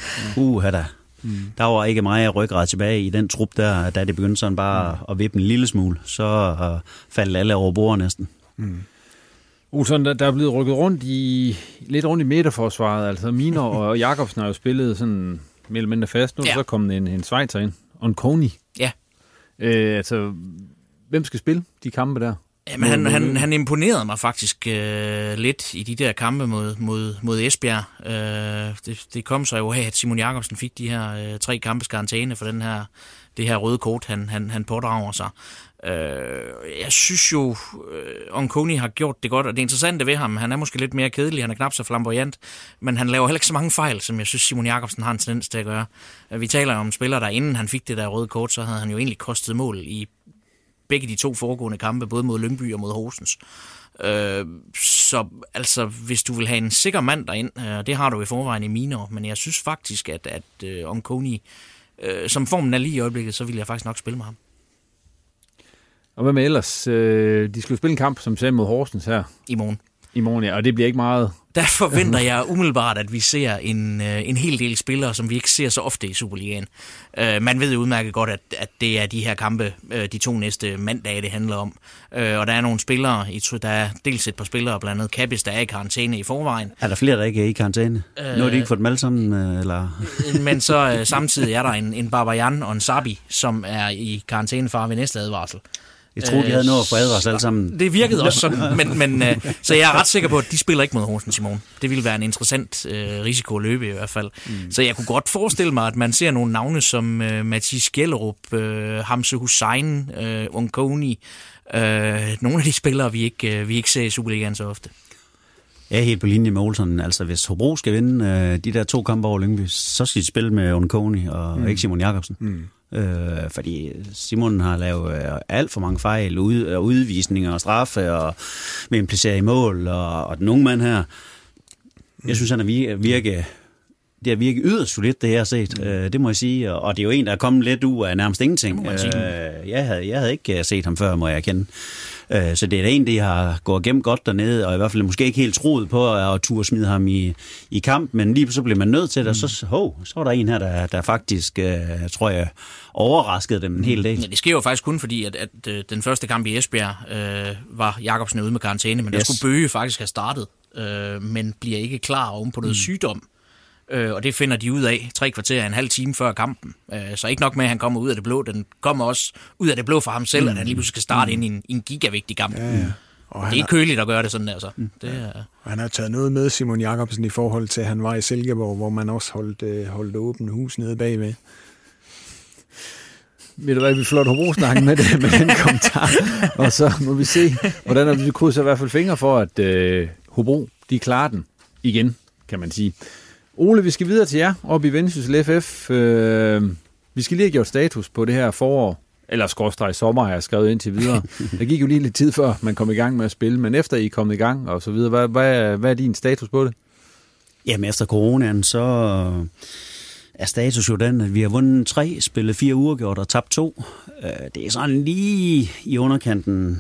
Der var ikke meget ryggrad tilbage i den trup der, da det begyndte sådan bare at vippe en lille smule, så faldt alle over bord næsten. Olsson, der er blevet rykket lidt rundt i midterforsvaret. Altså Miner og Jakobsen har jo spillet sådan mere eller mindre fast. Nu er der så kommet en Schweizer ind. Onkoni. Ja. Altså, hvem skal spille de kampe der? Jamen, han imponerede mig faktisk lidt i de der kampe mod Esbjerg. Det kom så jo af, at Simon Jakobsen fik de her 3 kampes karantæne for det her røde kort, han pådrager sig. Jeg synes jo, Onkoni har gjort det godt, og det interessante ved ham, han er måske lidt mere kedelig, han er knap så flamboyant, men han laver heller ikke så mange fejl, som jeg synes, Simon Jakobsen har en tendens til at gøre. Vi taler om spillere, der inden han fik det der røde kort, så havde han jo egentlig kostet mål i begge de 2 foregående kampe, både mod Lyngby og mod Horsens. Så altså, hvis du vil have en sikker mand derind, det har du i forvejen i Minor, men jeg synes faktisk, at Onkoni, som formen er lige i øjeblikket, så vil jeg faktisk nok spille med ham. Og hvad med ellers? De skulle spille en kamp, som sagde, mod Horsens her. I morgen. i morgen, ja, og det bliver ikke meget. Der forventer jeg umiddelbart, at vi ser en hel del spillere, som vi ikke ser så ofte i Superligaen. Man ved jo udmærket godt, at det er de her kampe, de 2 næste mandage, det handler om. Og der er nogle spillere, der er dels et par spillere, blandt andet Kappes, der er i karantæne i forvejen. Er der flere, der ikke er i karantæne? Nu har de ikke fået dem alle sammen, eller? Men så samtidig er der en Barbajan og en Sabi, som er i karantænefare ved næste advarsel. Jeg tror, de havde noget at få advarsel alle sammen. Det virkede også sådan, men så jeg er ret sikker på, at de spiller ikke mod Horsens i morgen. Det ville være en interessant risiko at løbe i hvert fald. Så jeg kunne godt forestille mig, at man ser nogle navne som Mathis Gjellerup, Hamse Hussein, Unkoni, nogle af de spillere, vi ikke ser i Superligaen så ofte. Jeg er helt på linje med Olsen. Altså, hvis Hobro skal vinde de der 2 kampe over Lyngby, så skal de spille med Unkoni og ikke Simon Jakobsen. Fordi Simon har lavet alt for mange fejl, udvisninger og straffe, og med en placering i mål, og den unge mand her, jeg synes, han er virket yderst solidt, det jeg har set. Det må jeg sige, og det er jo en, der er kommet lidt ud af nærmest ingenting. Jeg havde ikke set ham før, må jeg erkende. Så det er en, der har gået gennem godt dernede, og i hvert fald måske ikke helt troet på at turde smide ham i kamp, men lige så blev man nødt til det, og så var der en her, der faktisk, tror jeg, overraskede dem en hel del. Ja, det sker jo faktisk kun fordi, at den første kamp i Esbjerg var Jakobsen ude med karantæne, men der skulle Bøge faktisk have startet, men bliver ikke klar oven på noget sygdom. Og det finder de ud af 3 kvarter, en halv time før kampen. Så ikke nok med, at han kommer ud af det blå. Den kommer også ud af det blå for ham selv, at han lige pludselig skal starte ind i en gigavigtig kamp. Ja. Og det er køligt at gøre det sådan der. Så. Og han har taget noget med, Simon Jakobsen, i forhold til, at han var i Silkeborg, hvor man også holdt åbent hus nede bagved. Ved du hvad, vi flot Hobro-snakken med den kommentar. Og så må vi se, hvordan vi krydser i hvert fald fingre for, at Hobro, de klarer den igen, kan man sige. Ole, vi skal videre til jer oppe i Vendsyssel FF. Vi skal lige have gjort status på det her forår, eller skråstreg sommer, har jeg skrevet indtil videre. Der gik jo lige lidt tid før, man kom i gang med at spille, men efter I er kommet i gang og så videre, hvad er din status på det? Jamen efter coronaen, så er status jo den, at vi har vundet 3, spillet 4 uafgjort og tabt 2. Det er sådan lige i underkanten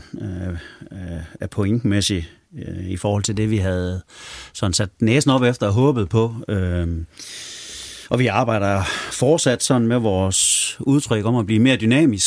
af pointmæssigt i forhold til det, vi havde sådan sat næsen op efter og håbet på. Og vi arbejder fortsat sådan med vores udtryk om at blive mere dynamisk,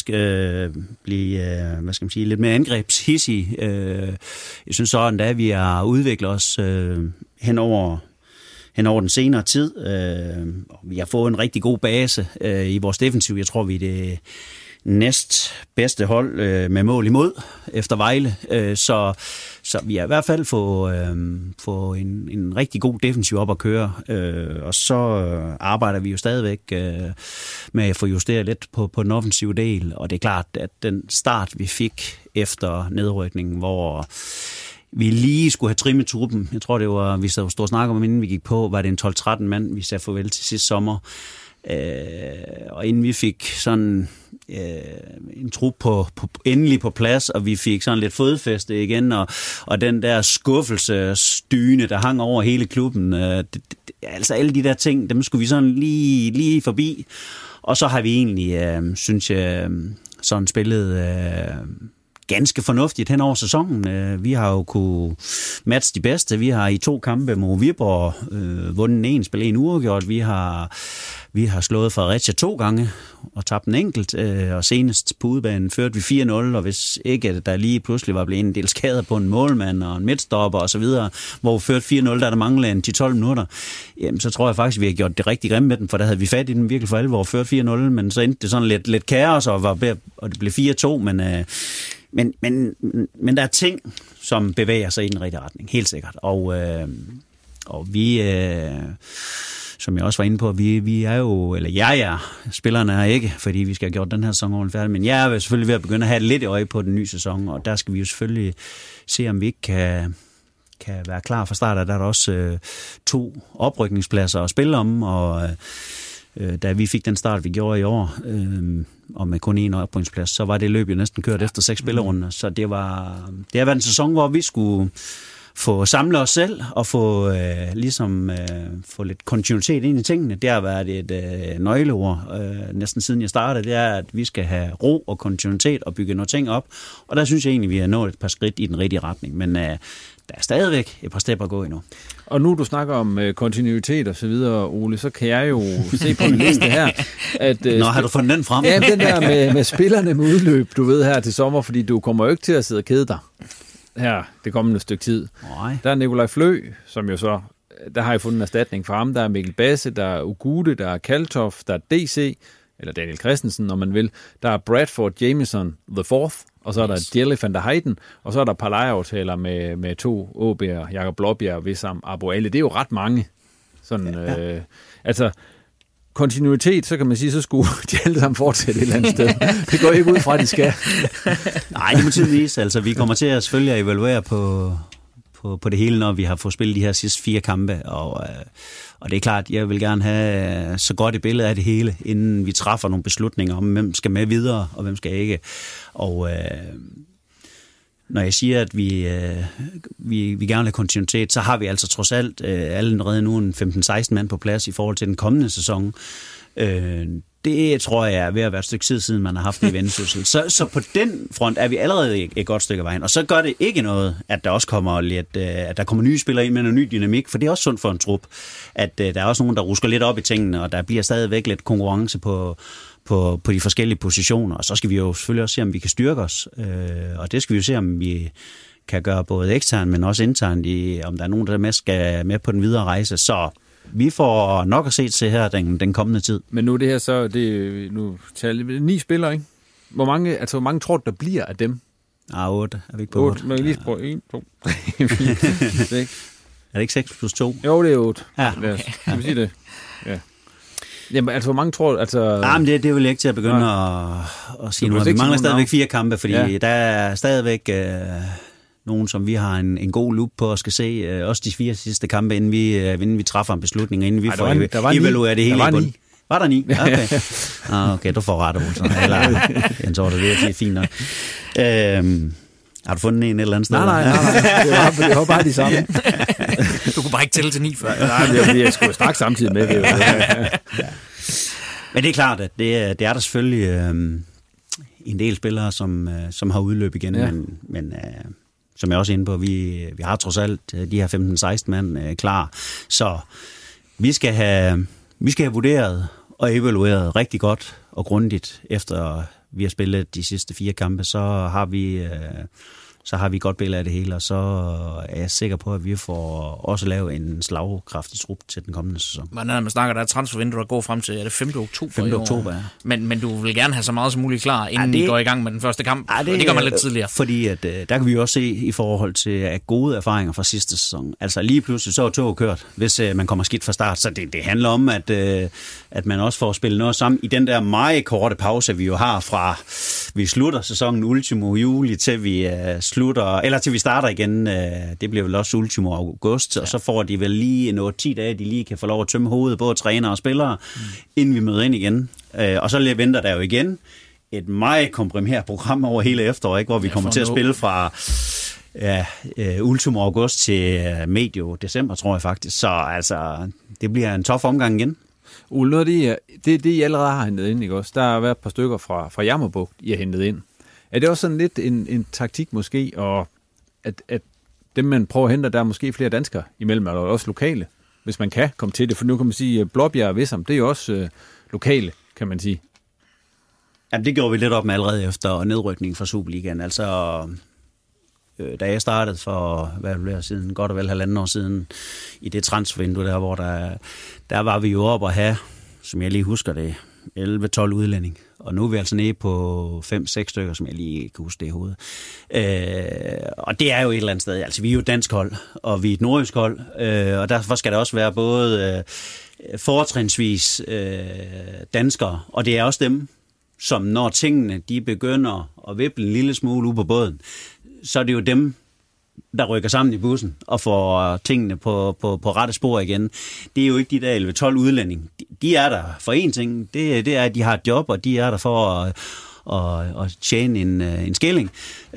blive lidt mere angrebshissig. Jeg synes sådan, at vi har udviklet os hen over den senere tid. Vi har fået en rigtig god base i vores defensiv. Jeg tror, vi er det næst bedste hold med mål imod efter Vejle. Så vi har i hvert fald få en rigtig god defensiv op at køre. Og så arbejder vi jo stadigvæk med at få justeret lidt på den offensive del. Og det er klart, at den start, vi fik efter nedrykningen, hvor vi lige skulle have trimmet truppen. Jeg tror, det var, vi stod og snakkede om, inden vi gik på, var det en 12-13 mand, vi sagde farvel til sidste sommer. Og inden vi fik sådan en trup endelig på plads, og vi fik sådan lidt fodfæste igen, og den der skuffelsesdyne, der hang over hele klubben, altså alle de der ting, dem skulle vi sådan lige forbi. Og så har vi egentlig, synes jeg, sådan spillet ganske fornuftigt hen over sæsonen. Vi har jo kunne matche de bedste. Vi har i 2 kampe mod Viborg vundet en, spillet en uafgjort. Vi har slået Fredericia 2 gange og tabt en enkelt, og senest på udebanen førte vi 4-0, og hvis ikke der lige pludselig var blevet en del skader på en målmand og en midtstopper og så videre, hvor vi førte 4-0, der manglede en 10-12 minutter, jamen, så tror jeg faktisk, vi har gjort det rigtig grimt med den, for der havde vi fat i den virkelig for alvor og ført 4-0, men så endte det sådan lidt kaos, og det blev 4-2, men der er ting, som bevæger sig i den rigtige retning, helt sikkert. Og vi, som jeg også var inde på, vi er jo, eller jeg er, spillerne er ikke, fordi vi skal have gjort den her sæson ordentligt færdig, men jeg er selvfølgelig ved at begynde at have lidt øje på den nye sæson, og der skal vi jo selvfølgelig se, om vi ikke kan være klar fra start. Der er der også 2 oprykningspladser at spille om, og da vi fik den start, vi gjorde i år, og med kun 1 oprykningsplads, så var det løb jo næsten kørt efter 6 spillerunder, så det har været en sæson, hvor vi skulle få samlet os selv og få få lidt kontinuitet ind i tingene. Det har været et nøgleord næsten siden jeg startede. Det er, at vi skal have ro og kontinuitet og bygge noget ting op. Og der synes jeg egentlig, vi har nået et par skridt i den rigtige retning. Men der er stadigvæk et par step at gå endnu. Og nu du snakker om kontinuitet og så videre, Ole, så kan jeg jo se på min liste her, at... Nå, har du fundet den frem? Ja, den der med spillerne med udløb, du ved, her til sommer, fordi du kommer jo ikke til at sidde og kede dig her det kommende stykke tid. Nej. Der er Nikolaj Flø, som jo så... Der har jeg fundet en erstatning for ham. Der er Mikkel Basse, der er Ugude, der er Kaltoff, der er DC, eller Daniel Christensen, når man vil. Der er Bradford Jameson the Fourth, og så er der Jelly van der Heiden, og så er der par lejeaftaler med 2 AaB'er, Jakob Blåbjerg og Wissam Abu Ali. Det er jo ret mange. Sådan, altså, kontinuitet, så kan man sige, så skulle de alle sammen fortsætte et eller andet sted. Det går ikke ud fra, at de skal. Nej, det må tiden vise. Altså, vi kommer til at selvfølgelig at evaluere på det hele, når vi har fået spillet de her sidste 4 kampe, og det er klart, jeg vil gerne have så godt et billede af det hele, inden vi træffer nogle beslutninger om, hvem skal med videre, og hvem skal ikke. Og når jeg siger, at vi gerne vil have kontinuitet, så har vi altså trods alt allerede nu en 15-16 mand på plads i forhold til den kommende sæson. Det tror jeg er ved at være et stykke tid siden, man har haft en vendsyssel. Så på den front er vi allerede et godt stykke af vejen. Og så gør det ikke noget, at der også kommer at der kommer nye spillere ind med en ny dynamik, for det er også sundt for en trup, at der er også nogen, der rusker lidt op i tingene, og der bliver stadigvæk lidt konkurrence på de forskellige positioner. Og så skal vi jo selvfølgelig også se, om vi kan styrke os. Og det skal vi jo se, om vi kan gøre både eksternt, men også internt, om der er nogen, der skal med på den videre rejse. Så vi får nok at se til her den kommende tid. Men nu det her så, nu taler 9 spillere, ikke? Hvor mange tror du, der bliver af dem? 8. Er vi ikke på 8? 8. Man kan lige prøve 1, 2, 3, 4, 6. Er det ikke 6 plus 2? Jo, det er 8. Ja. Skal vi sige det? Ja. Jamen, altså, hvor mange tror... men det vil jeg ikke til at begynde at sige nu. Vi mangler stadigvæk 4 kampe, fordi der er stadigvæk... nogen, som vi har en god loop på og skal se. Også de 4 sidste kampe, inden vi træffer en beslutning, inden vi får evalueret det hele. Var der 9? Okay. Okay, du får ret, Olsen. Eller Jens Orte, det er fint nok. Har du fundet en eller anden sted? Nej. Det var bare de samme. Du kunne bare ikke tælle til 9 før. Nej, jeg skulle snakke samtidig med det. Men det er klart, at det er der selvfølgelig en del spillere, som har udløb igen, men som jeg også er inde på, vi har trods alt de her 15-16 mand klar. Så vi skal have vurderet og evalueret rigtig godt og grundigt, efter vi har spillet de sidste 4 kampe, så har vi et godt billede af det hele, og så er jeg sikker på, at vi får også lavet en slagkraftig trup til den kommende sæson. Men når man snakker, der er transfervindue, der går frem til, er det 5. oktober? 5. oktober, ja. Men du vil gerne have så meget som muligt klar, inden vi går i gang med den første kamp, og det gør man lidt tidligere. Fordi at, der kan vi jo også se i forhold til gode erfaringer fra sidste sæson. Altså lige pludselig så er toget kørt, hvis man kommer skidt fra start. Så det handler om, at man også får spillet noget sammen i den der meget korte pause, vi jo har fra vi slutter sæsonen ultimo juli til vi til vi starter igen. Det bliver vel også ultimo august, og så får de vel lige 10 dage, de lige kan få lov at tømme hovedet, både træner og spillere, inden vi møder ind igen. Og så venter der jo igen et meget komprimeret program over hele efteråret, ikke? Hvor vi kommer til at spille fra ultimo august til medio december, tror jeg faktisk. Så altså, det bliver en tough omgang igen. Ole, noget af det I allerede har hentet ind, ikke også? Der har været et par stykker fra Jammerbugt, I har hentet ind. Er det også sådan lidt en taktik måske, og at dem, man prøver at hente, der er måske flere danskere imellem, eller også lokale, hvis man kan komme til det? For nu kan man sige, Blåbjerg og Wissam, det er jo også lokale, kan man sige. Jamen, det gjorde vi lidt op med allerede efter nedrykningen fra Superligaen. Altså, da jeg startede for, siden, godt og vel 1,5 år siden, i det transfervindue der, hvor der var vi jo oppe at have, som jeg lige husker det, 11-12 udlænding. Og nu er vi altså nede på 5-6 stykker, som jeg lige kan huske det i hovedet. Og det er jo et eller andet sted. Altså, vi er jo et dansk hold, og vi er et nordjysk hold. Og derfor skal der også være både fortrinsvis danskere, og det er også dem, som når tingene de begynder at vippe en lille smule ud på båden, så er det jo dem, der rykker sammen i bussen og får tingene på rette spor igen. Det er jo ikke de der 11-12 udlændinge. De er der for én ting. Det er, at de har et job, og de er der for og tjene en skilling.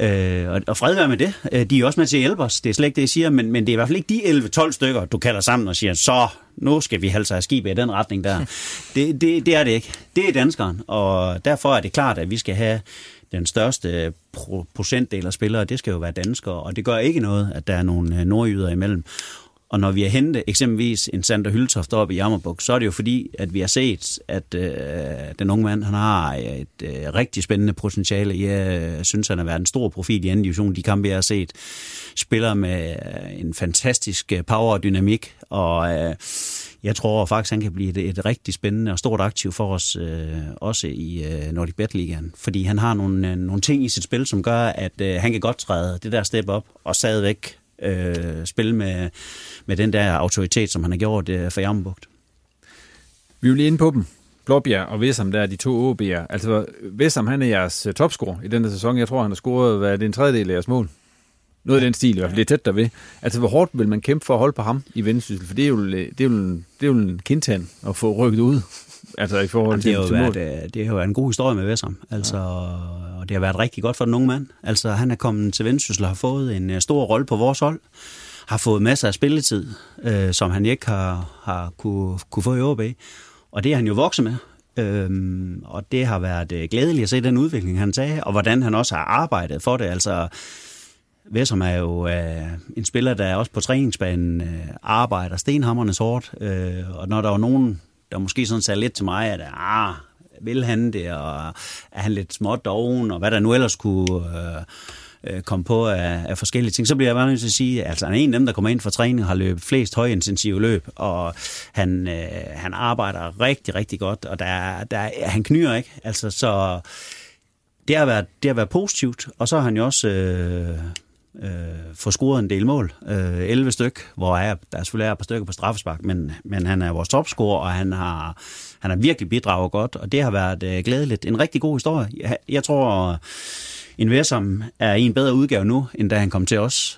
Og fred være med det. De er også med til at hjælpe os. Det er slet ikke det, jeg siger, men det er i hvert fald ikke de 11-12 stykker, du kalder sammen og siger, så nu skal vi halse af skibet i den retning der. Det er det ikke. Det er danskeren, og derfor er det klart, at vi skal have den største procentdel af spillere, det skal jo være danskere, og det gør ikke noget, at der er nogle nordjyder imellem. Og når vi har hentet eksempelvis en Sander Hyltoft op i Jammerbugt, så er det jo fordi, at vi har set, at den unge mand, han har et rigtig spændende potentiale. Jeg synes, han har været en stor profil i anden division. De kampe, jeg har set, spiller med en fantastisk power og dynamik, og jeg tror faktisk, han kan blive et rigtig spændende og stort aktiv for os, også i Nordic Bet Ligaen. Fordi han har nogle ting i sit spil, som gør, at han kan godt træde det der step op og stadigvæk spille med den der autoritet, som han har gjort for Jammerbugt. Vi er jo lige inde på dem. Blåbjerg og Vessam, der er de 2 OB'er. Altså, Vessam, han er jeres topscorer i denne sæson. Jeg tror, han har scoret, en tredjedel af jeres mål. Noget af den stil, i hvert fald. Det er tæt derved. Altså, hvor hårdt vil man kæmpe for at holde på ham i Vendsyssel? For det er jo en kindtand at få rykket ud. Altså, i forhold til mål. Det har jo været en god historie med Vessam. Altså, og det har været rigtig godt for den unge mand. Altså, han er kommet til Vendsyssel og har fået en stor rolle på vores hold. Har fået masser af spilletid, som han ikke har kunne få i OB. Og det er han jo vokset med. Og det har været glædeligt at se den udvikling, han tager, og hvordan han også har arbejdet for det. Altså, Vessam er jo en spiller, der også på træningsbanen arbejder stenhammernes hårdt. Og når der var nogen, der måske sådan sagde lidt til mig, at vil han det, og er han lidt småt doven, og hvad der nu ellers kunne komme på af forskellige ting, så bliver jeg bare nødt til at sige, at altså, han er en af dem, der kommer ind for træning, har løbet flest højintensive løb, og han arbejder rigtig, rigtig godt, og han knyr ikke. Altså, så det har været positivt, og så har han jo også få scoret en del mål. 11 styk, hvor der selvfølgelig er et par stykker på straffespark, men han er vores topscorer, og han har virkelig bidraget godt, og det har været glædeligt. En rigtig god historie. Jeg tror, en Vessam er i en bedre udgave nu, end da han kom til os.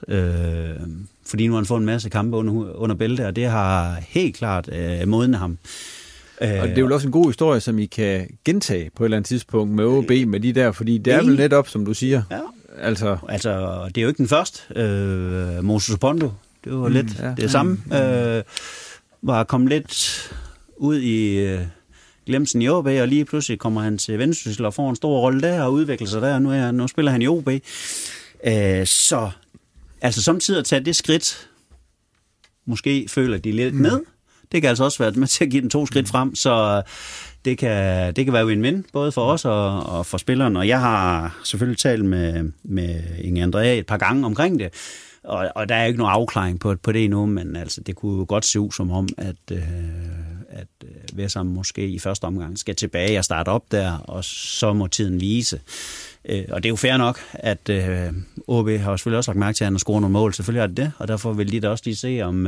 Fordi nu har han fået en masse kampe under bælte, og det har helt klart modnet ham. Og det er jo også en god historie, som I kan gentage på et eller andet tidspunkt med OB, med de der, fordi det er vel netop, som du siger. Ja. Altså, det er jo ikke den første. Moses Opondo, det var lidt det samme. Var kommet lidt ud i glemsen i OB, og lige pludselig kommer han til Vendsyssel og får en stor rolle der og udvikler sig der, og nu spiller han i OB. Så altså samtidig at tage det skridt, måske føler de lidt ned. Det kan altså også være med til at give den 2 skridt frem, så det kan være win-win, både for os og for spilleren. Og jeg har selvfølgelig talt med Inge Andrea et par gange omkring det, og der er ikke nogen afklaring på det endnu, men altså, det kunne jo godt se ud som om, at Vessam måske i første omgang skal tilbage og starte op der, og så må tiden vise. Og det er jo fair nok, at OB har selvfølgelig også lagt mærke til, at han har scoret nogle mål. Selvfølgelig er det, og derfor vil de da også lige se, om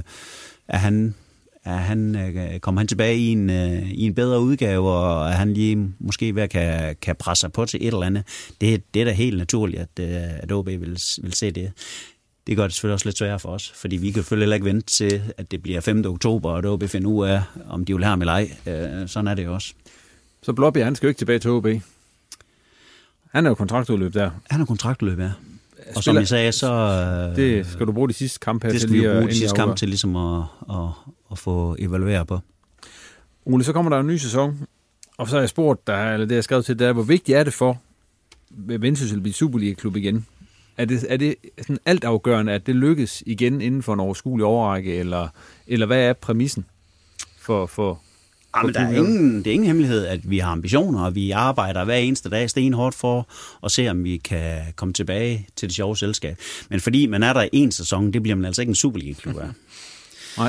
kommer han tilbage i en bedre udgave, og at han lige måske ved kan presse sig på til et eller andet. Det er da helt naturligt, at OB vil se det. Det gør det selvfølgelig også lidt sværere for os, fordi vi kan selvfølgelig heller ikke vente til, at det bliver 5. oktober, og at OB finder ud af, om de vil have ham eller ej. Sådan er det jo også. Så Blåbjerg, han skal jo ikke tilbage til OB. Han er jo kontraktudløb der. Han er kontraktudløb, ja. Og som jeg sagde, så det skal du bruge de sidste kampe her til. Det skal vi bruge de sidste kampe til ligesom at få evaluere på. Ole, så kommer der en ny sæson, og så har jeg spurgt dig, eller det jeg skrev til dig, hvor vigtigt er det for Vendsyssel at blive Superliga-klub igen? Er det sådan altafgørende, at det lykkes igen inden for en overskuelig overrække, eller hvad er præmissen for men det er ingen hemmelighed, at vi har ambitioner, og vi arbejder hver eneste dag stenhårdt for at se, om vi kan komme tilbage til det sjove selskab. Men fordi man er der i en sæson, det bliver man altså ikke en Superliga-klub af. Nej.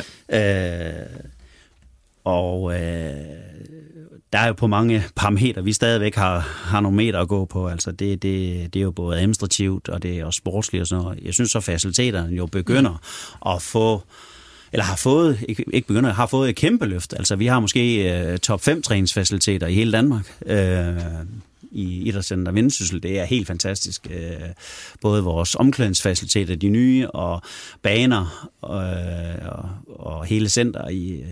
Der er jo på mange parametre, vi stadigvæk har nogle meter at gå på. Altså det er jo både administrativt, og det er også sportsligt og sådan noget. Jeg synes så, faciliteterne jo begynder at få, eller har fået et kæmpe løft. Altså vi har måske top 5 træningsfaciliteter i hele Danmark. i Idrætscenter Vendsyssel. Det er helt fantastisk. Både vores omklædningsfaciliteter, de nye, og baner og hele center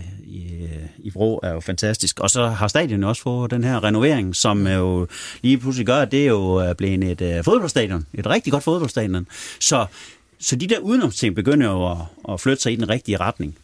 i Vrå er jo fantastisk. Og så har stadion også fået den her renovering, som jo lige pludselig gør, at det er jo blevet et fodboldstadion. Et rigtig godt fodboldstadion. Så de der udenomsting begynder jo at flytte sig i den rigtige retning.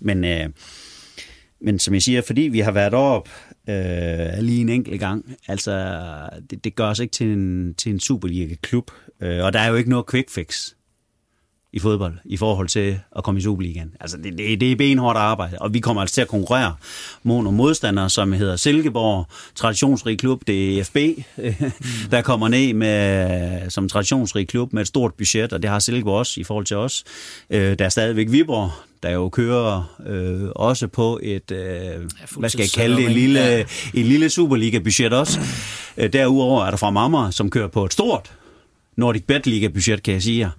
Men som jeg siger, fordi vi har været op lige en enkelt gang, altså det gør os ikke til en Superliga-klub. Og der er jo ikke noget quick fix i fodbold i forhold til at komme i Superligaen. Altså det er benhårdt arbejde, og vi kommer altså til at konkurrere mod nogle modstandere, som hedder Silkeborg, traditionsrig klub, det er FB, der kommer ned med, som traditionsrig klub med et stort budget, og det har Silkeborg også i forhold til os. Der er stadigvæk Viborg, der jo kører også på et, hvad skal jeg kalde det, et lille Superliga-budget også. Derudover er der fra Amager, som kører på et stort Nordic Bet Liga-budget, kan jeg sige.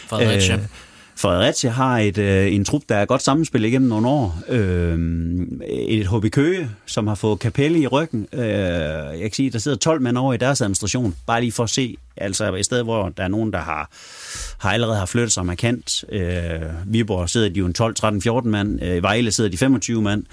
Fredericia har en trup, der er godt sammenspillet igennem nogle år. Et HB Køge, som har fået Capelli i ryggen. Jeg kan sige, der sidder 12 mand over i deres administration, bare lige for at se, altså i stedet, hvor der er nogen, der har allerede har flyttet sig markant. Viborg sidder de jo en 12, 13, 14 mand. I Vejle sidder de 25 mand.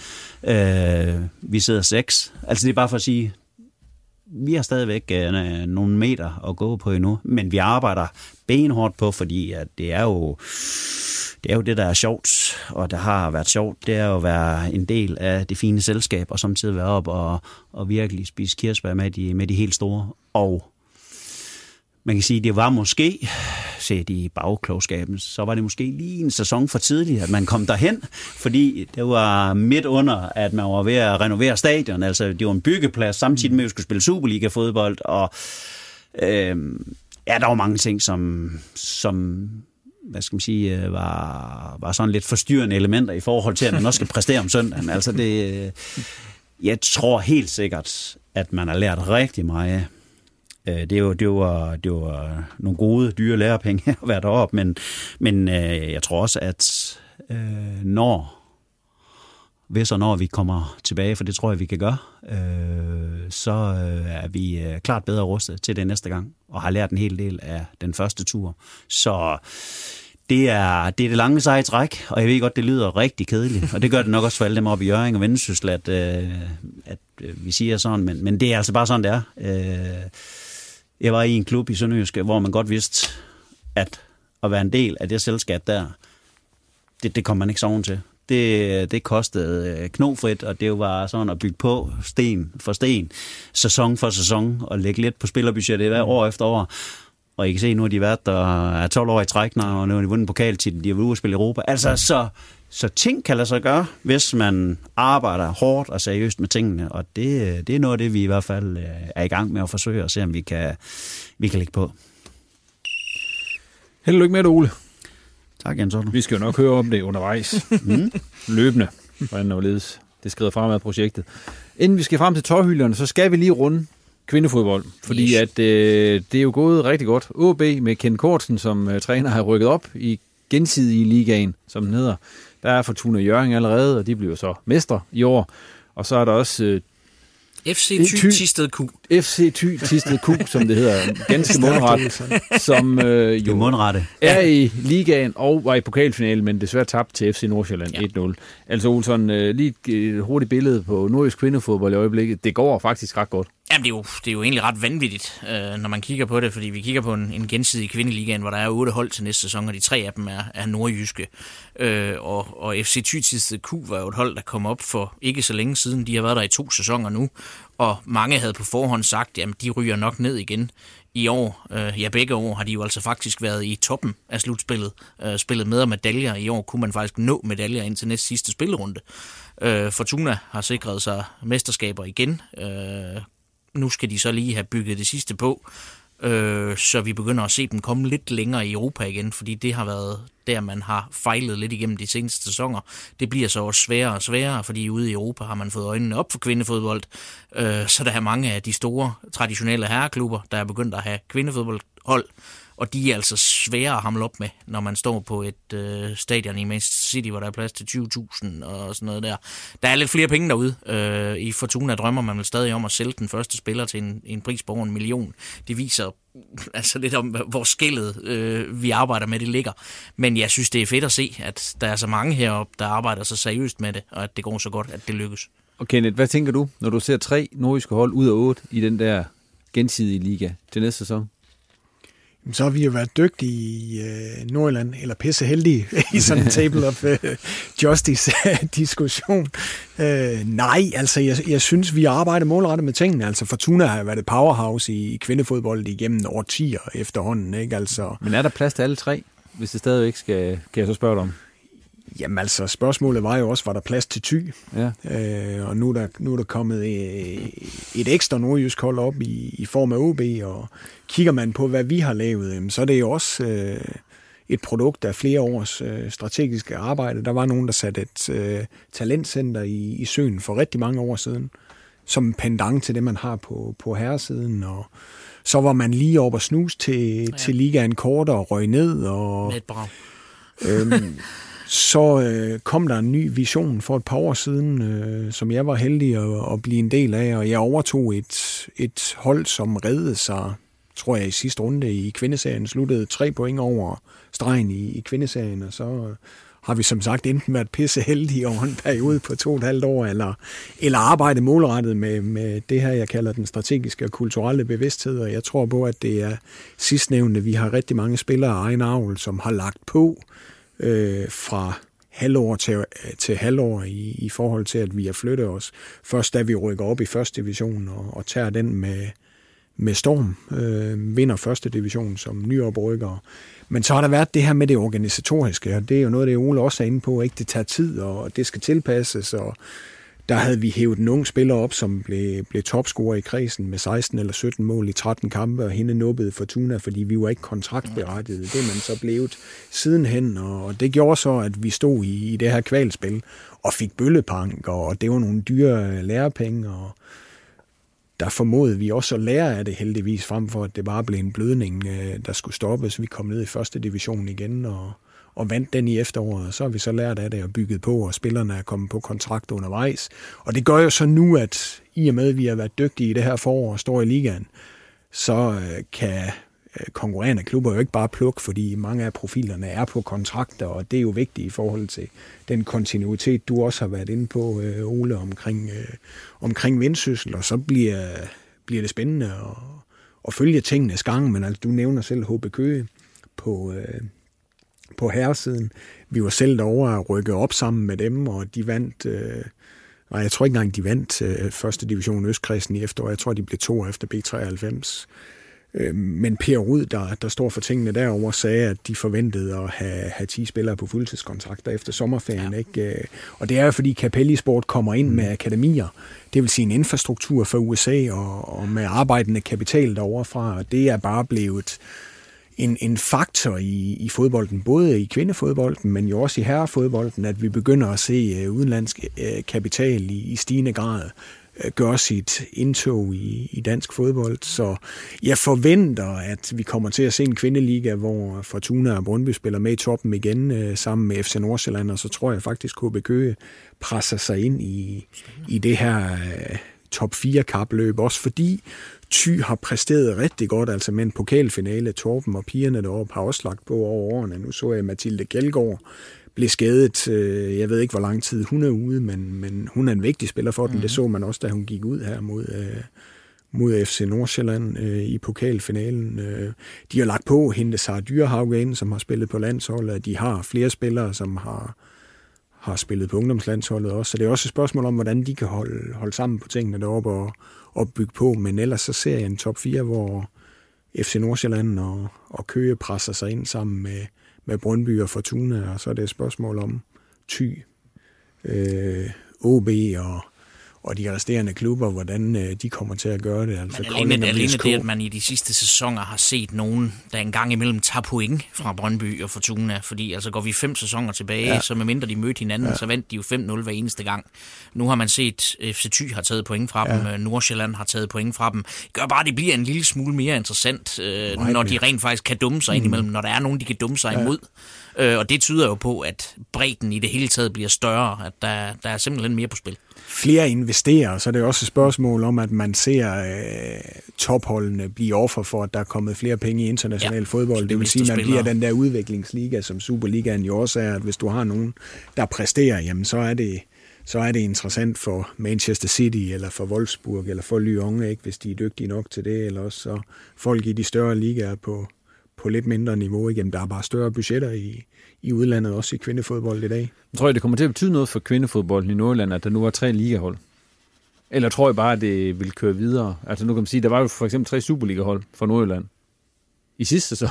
Vi sidder 6. Altså det er bare for at sige, vi har stadigvæk nogle meter at gå på endnu, men vi arbejder benhårdt på, fordi at det er jo det, der er sjovt, og der har været sjovt, det er jo at være en del af det fine selskab, og samtidig være op og virkelig spise kirsebær med de helt store. Og man kan sige, det var måske, set i bagklogskaben, så var det måske lige en sæson for tidligt, at man kom derhen, fordi det var midt under, at man var ved at renovere stadion, altså det var en byggeplads, samtidig med, at vi skulle spille Superliga-fodbold, og der var mange ting, som hvad skal man sige, var sådan lidt forstyrrende elementer i forhold til, at man også skal præstere om søndagen. Altså jeg tror helt sikkert, at man har lært rigtig meget. Det var nogle gode, dyre lærepenge at være deroppe, men jeg tror også, at når vi kommer tilbage, for det tror jeg, vi kan gøre, så er vi klart bedre rustet til det næste gang, og har lært en hel del af den første tur. Så det er det lange seje træk, og jeg ved godt, det lyder rigtig kedeligt, og det gør det nok også for alle dem oppe i Hjørring og Vendsyssel, at vi siger sådan, men det er altså bare sådan, det er. Jeg var i en klub i Sønderjyske, hvor man godt vidste, at være en del af det selskab der, det kom man ikke sådan til. Det kostede knofrit, og det var sådan at bygge på sten for sten, sæson for sæson, og lægge lidt på spillerbudgettet hver år efter år. Og I kan se, nu har de været der er 12 år i træk, og nu har de vundet pokaltitel, de har været ude at spille i Europa. Altså, så ting kan lade sig gøre, hvis man arbejder hårdt og seriøst med tingene, og det er noget af det, vi i hvert fald er i gang med at forsøge at se, om vi kan lægge på. Held og lykke med det, Ole. Tak, Jens Otto. Vi skal jo nok høre om det undervejs. Løbende, hvordan og ledes. Det skrider fremad af projektet. Inden vi skal frem til tårhylderne, så skal vi lige runde kvindefodbold, fordi at det er jo gået rigtig godt. OB med Ken Kortsen som træner har rykket op i gensidige ligaen, som den hedder. Der er Fortuna Hjørring allerede, og de bliver så mestre i år. Og så er der også FC Thy Thisted Q. FC Thy Thisted Q, som det hedder, ganske mundret, som jo er i ligaen og var i pokalfinalen, men desværre tabt til FC Nordsjælland 1-0. Altså Olsson, lige et hurtigt billede på nordjysk kvindefodbold i øjeblikket. Det går faktisk ret godt. Jamen, det er jo egentlig ret vanvittigt, når man kigger på det, fordi vi kigger på en gensidig kvindeligaen, hvor der er 8 hold til næste sæson, og de 3 af dem er nordjyske. Og FC Thy Thisted Q var jo et hold, der kom op for ikke så længe siden. De har været der i 2 sæsoner nu, og mange havde på forhånd sagt, jamen de ryger nok ned igen i år. Begge år har de jo altså faktisk været i toppen af slutspillet, spillet med medaljer. I år kunne man faktisk nå medaljer ind til næste sidste spillerunde. Fortuna har sikret sig mesterskaber igen. Nu skal de så lige have bygget det sidste på, så vi begynder at se dem komme lidt længere i Europa igen, fordi det har været der man har fejlet lidt igennem de seneste sæsoner. Det bliver så også sværere og sværere, fordi ude i Europa har man fået øjnene op for kvindefodbold, så der er mange af de store traditionelle herreklubber, der er begyndt at have kvindefodboldhold, og de er altså svære at hamle op med, når man står på et stadion i Manchester City, hvor der er plads til 20.000 og sådan noget der. Der er lidt flere penge derude. I Fortuna drømmer man vel stadig om at sælge den første spiller til en pris på over 1 million. Det viser altså lidt om, hvor skældet vi arbejder med, det ligger. Men jeg synes, det er fedt at se, at der er så mange heroppe, der arbejder så seriøst med det, og at det går så godt, at det lykkes. Og Kenneth, hvad tænker du, når du ser 3 nordjyske hold ud af 8 i den der gensidige liga til næste sæson? Så har vi jo været dygtige i Nordjylland, eller pisse heldige i sådan en table of justice-diskussion. Nej, altså jeg synes, vi arbejder målrettet med tingene. Altså Fortuna har været et powerhouse i kvindefodbold igennem årtier efterhånden, ikke? Altså, men er der plads til alle 3, hvis det stadigvæk skal, kan jeg så spørge dig om? Jamen altså, spørgsmålet var jo også, var der plads til Thy? Ja. Og nu er der kommet et ekstra nordjysk hold op i form af OB, og kigger man på, hvad vi har lavet, så er det jo også et produkt af flere års strategiske arbejde. Der var nogen, der satte et talentcenter i søen for rigtig mange år siden, som pendant til det, man har på herresiden, og så var man lige oppe og snus til ligaen kort og røg ned. Og, så kom der en ny vision for et par år siden, som jeg var heldig at blive en del af, og jeg overtog et hold, som reddede sig, tror jeg, i sidste runde i kvindeserien, sluttede 3 point over stregen i kvindeserien, og så har vi som sagt enten været pisse heldige over en periode på 2,5 år, eller arbejde målrettet med det her, jeg kalder den strategiske og kulturelle bevidsthed, og jeg tror på, at det er sidstnævnte. Vi har rigtig mange spillere af egen avl, som har lagt på fra halvår til halvår i forhold til, at vi har flyttet os. Først da vi rykker op i første division og tager den med storm, vinder første division som nyoprykker. Men så har der været det her med det organisatoriske, og det er jo noget, det Ole også er inde på, ikke? Det tager tid, og det skal tilpasses, og der havde vi hævet en ung spiller op, som blev topscorer i kredsen med 16 eller 17 mål i 13 kampe, og hende nubbede Fortuna, fordi vi var ikke kontraktberettigede. Det er man så blevet sidenhen, og det gjorde så, at vi stod i det her kvalspil og fik bøllepank, og det var nogle dyre lærepenge, og der formodede vi også at lære af det heldigvis, frem for at det bare blev en blødning, der skulle stoppes. Vi kom ned i første division igen, og vandt den i efteråret, og så har vi så lært af det og bygget på, og spillerne er kommet på kontrakt undervejs. Og det gør jo så nu, at i og med, at vi har været dygtige i det her forår og står i ligaen, så kan konkurrerende klubber jo ikke bare plukke, fordi mange af profilerne er på kontrakter, og det er jo vigtigt i forhold til den kontinuitet, du også har været inde på, Ole, omkring Vendsyssel, og så bliver det spændende at følge tingenes gang, men altså, du nævner selv HB Køge på herresiden. Vi var selv derovre at rykke op sammen med dem, og de vandt, jeg tror ikke engang, de vandt første division Østkredsen i efteråret. Jeg tror, de blev 2 efter B93. Men Per Rud, der står for tingene derovre, sagde, at de forventede at have 10 spillere på fuldtidskontrakter efter sommerferien. Ja. Ikke? Og det er jo, fordi Capelli Sport kommer ind med akademier. Det vil sige en infrastruktur for USA og med arbejdende kapital derovre fra. Og det er bare blevet en faktor i fodbolden, både i kvindefodbolden, men jo også i herrefodbolden, at vi begynder at se udenlandsk kapital i stigende grad gør sit indtog i dansk fodbold. Så jeg forventer, at vi kommer til at se en kvindeliga, hvor Fortuna og Brøndby spiller med i toppen igen sammen med FC Nordsjælland, og så tror jeg faktisk, at HB Køge presser sig ind i det her top 4-kapløb, også fordi Thy har præsteret rigtig godt, altså med en pokalfinale. Torben og pigerne deroppe har også lagt på over årene. Nu så jeg Mathilde Kjeldgaard blev skadet, jeg ved ikke hvor lang tid hun er ude, men hun er en vigtig spiller for den. Det så man også, da hun gik ud her mod FC Nordsjælland i pokalfinalen. De har lagt på hende Sara Dyrehaugen, som har spillet på landsholdet. De har flere spillere, som har spillet på ungdomslandsholdet også. Så det er også et spørgsmål om, hvordan de kan holde sammen på tingene deroppe og bygge på. Men ellers så ser jeg en top 4, hvor FC Nordsjælland og Køge presser sig ind sammen med Brøndby og Fortuna, og så er det et spørgsmål om Thy, OB og de resterende klubber, hvordan de kommer til at gøre det. Altså, men alene det, at man i de sidste sæsoner har set nogen, der engang imellem tager point fra Brøndby og Fortuna, fordi altså går vi 5 sæsoner tilbage, så medmindre de mødte hinanden, så vandt de jo 5-0 hver eneste gang. Nu har man set, FC Thy har taget point fra dem, Nordsjælland har taget point fra dem. Det gør bare, at det bliver en lille smule mere interessant, når de rent faktisk kan dumme sig indimellem, når der er nogen, de kan dumme sig imod. Og det tyder jo på, at bredden i det hele taget bliver større, at der er simpelthen mere på spil. Flere investerer, så er det også et spørgsmål om, at man ser topholdene blive offer for, at der er kommet flere penge i international fodbold. Det vil sige, at man bliver den der udviklingsliga, som Superligaen jo også er, at hvis du har nogen, der præsterer, jamen så er det interessant for Manchester City, eller for Wolfsburg, eller for Lyon, ikke, hvis de er dygtige nok til det, eller også så folk i de større ligaer på lidt mindre niveau. Jamen, der er bare større budgetter i udlandet, også i kvindefodbold i dag. Jeg tror, det kommer til at betyde noget for kvindefodbolden i Nordjylland, at der nu er 3 ligahold? Eller tror jeg bare, at det vil køre videre? Altså nu kan man sige, der var jo for eksempel 3 Superligahold for Nordjylland i sidste sæson.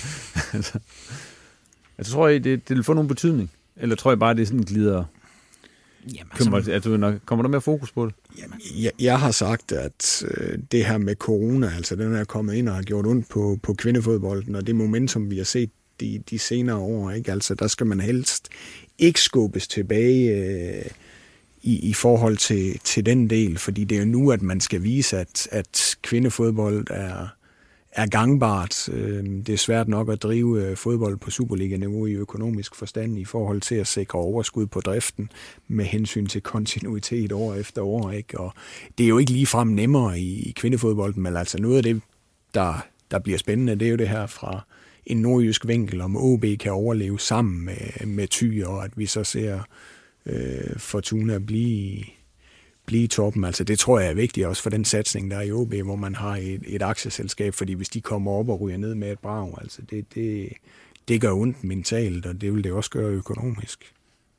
altså tror jeg, det vil få nogen betydning? Eller tror jeg bare, det sådan glider... Jamen, kommer der mere fokus på det? Jamen, jeg har sagt, at det her med corona, altså den er kommet ind og har gjort ondt på kvindefodbolden, og det momentum, vi har set de senere år, ikke? Altså, der skal man helst ikke skubbes tilbage i forhold til den del, fordi det er jo nu, at man skal vise, at kvindefodbold er gangbart. Det er svært nok at drive fodbold på Superliga-niveau i økonomisk forstand i forhold til at sikre overskud på driften med hensyn til kontinuitet år efter år, ikke? Og det er jo ikke ligefrem nemmere i kvindefodbolden, men altså noget af det, der bliver spændende, det er jo det her fra en nordjysk vinkel, om OB kan overleve sammen med Thy, og at vi så ser Fortuna blive i toppen. Altså det tror jeg er vigtigt også for den satsning, der er i OB, hvor man har et aktieselskab, fordi hvis de kommer op og ryger ned med et brag, altså det gør ondt mentalt, og det vil det også gøre økonomisk.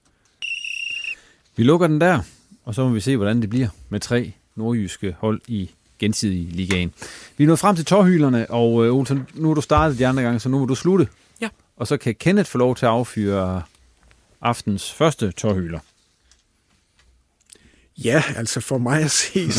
Vi lukker den der, og så må vi se, hvordan det bliver med 3 nordjyske hold i gensidig ligaen. Vi er nået frem til tårhylerne, og Olsen, nu har du startet de andre gange, så nu må du slutte. Ja. Og så kan Kenneth få lov til at affyre aftens første tårhyler. Ja, altså for mig at se,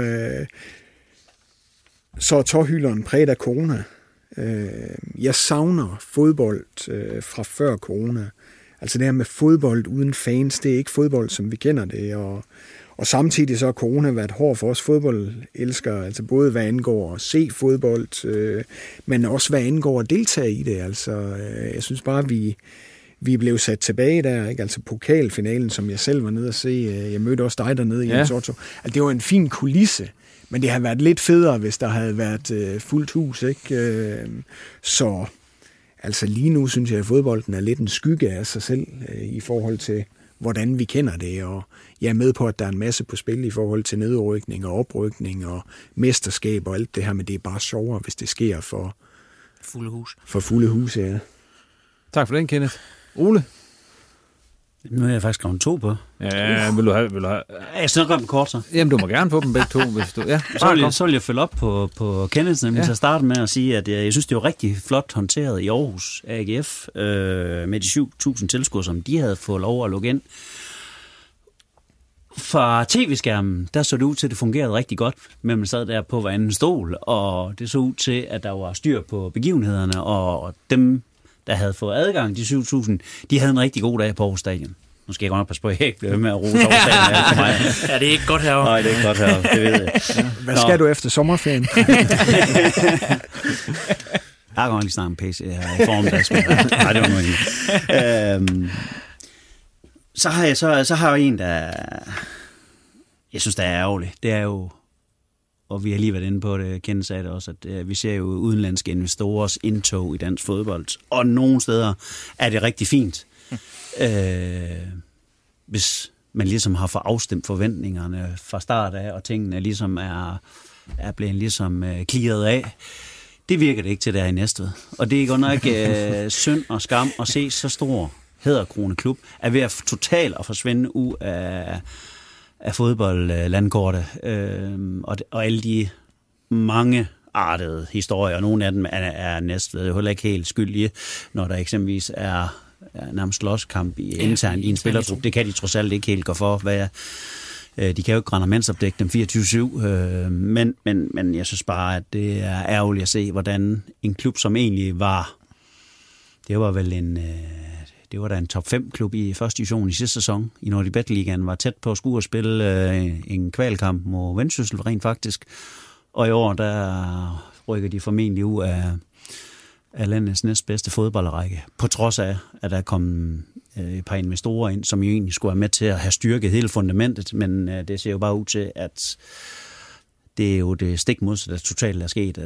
så er tårhyleren præget af corona. Jeg savner fodbold fra før corona. Altså det her med fodbold uden fans, det er ikke fodbold, som vi kender det, og samtidig så har corona været hård for os fodboldelskere, altså både hvad angår at se fodbold, men også hvad angår at deltage i det. Altså jeg synes bare, vi blev sat tilbage der, ikke? Altså pokalfinalen, som jeg selv var nede at se. Jeg mødte også dig dernede i Jens Otto. Altså, det var en fin kulisse, men det havde været lidt federe, hvis der havde været fuldt hus, ikke? Så altså lige nu synes jeg, at fodbolden er lidt en skygge af sig selv i forhold til, hvordan vi kender det. Og jeg er med på, at der er en masse på spil i forhold til nedrykning og oprykning og mesterskab og alt det her, men det er bare sjovere, hvis det sker for fulde hus. For fulde hus, ja. Tak for den, Kenneth. Ole? Nu er jeg faktisk skrevet 2 på. Ja, vil du have? Jeg snakker dem kort, så. Jamen, du må gerne få dem begge 2, hvis du... Ja, så vil jeg følge op på Kenneth, nemlig så starte med at sige, at jeg synes, det var rigtig flot håndteret i Aarhus AGF med de 7.000 tilskuere, som de havde fået lov at lukke ind. Fra tv-skærmen, der så det ud til, at det fungerede rigtig godt, men man sad der på hver anden stol, og det så ud til, at der var styr på begivenhederne, og dem, der havde fået adgang, de 7.000, de havde en rigtig god dag på Aarhus Stadion. Nu skal jeg godt nok passe på, at jeg ikke bliver med at rose Aarhus Stadion for mig. Ja, det er ikke godt herovre. Nej, det er ikke godt herovre, det ved jeg. Hvad skal du efter sommerferien? Jeg har godt lige snakket om PC her i formiddagsspil. Nej, det var nu ikke. Så har jeg en, der jeg synes, der er ærgerligt. Det er jo, og vi har lige været inde på det, Kenneth sagde det også, at vi ser jo udenlandske investorers indtog i dansk fodbold. Og nogle steder er det rigtig fint, hvis man ligesom har fået afstemt forventningerne fra start af, og tingene ligesom er blevet ligesom clearet af. Det virker det ikke til, der i Næstved. Og det er godt nok synd og skam at se så stor hæderkronet klub er ved at totalt at forsvinde ud af fodboldlandkortet. Og alle de mange artede historier, og nogle af dem er Næstved heller ikke helt skyldige, når der eksempelvis er nærmest slåskamp internt i en spillergruppe. Det kan de trods alt ikke helt gå for, hvad De kan jo ikke rendementsopdække dem 24/7, men jeg synes bare, at det er ærgerligt at se, hvordan en klub, som egentlig var, det var da en top 5-klub i første division i sidste sæson i NordicBet-ligaen, var tæt på at skulle spille en kvalkamp mod Vendsyssel rent faktisk. Og i år, der rykker de formentlig ud af landets næstbedste fodboldrække, på trods af, at der kom et par investorer ind, som jo egentlig skulle være med til at have styrket hele fundamentet, men det ser jo bare ud til, at det er jo det stik modsatte, der totalt er sket,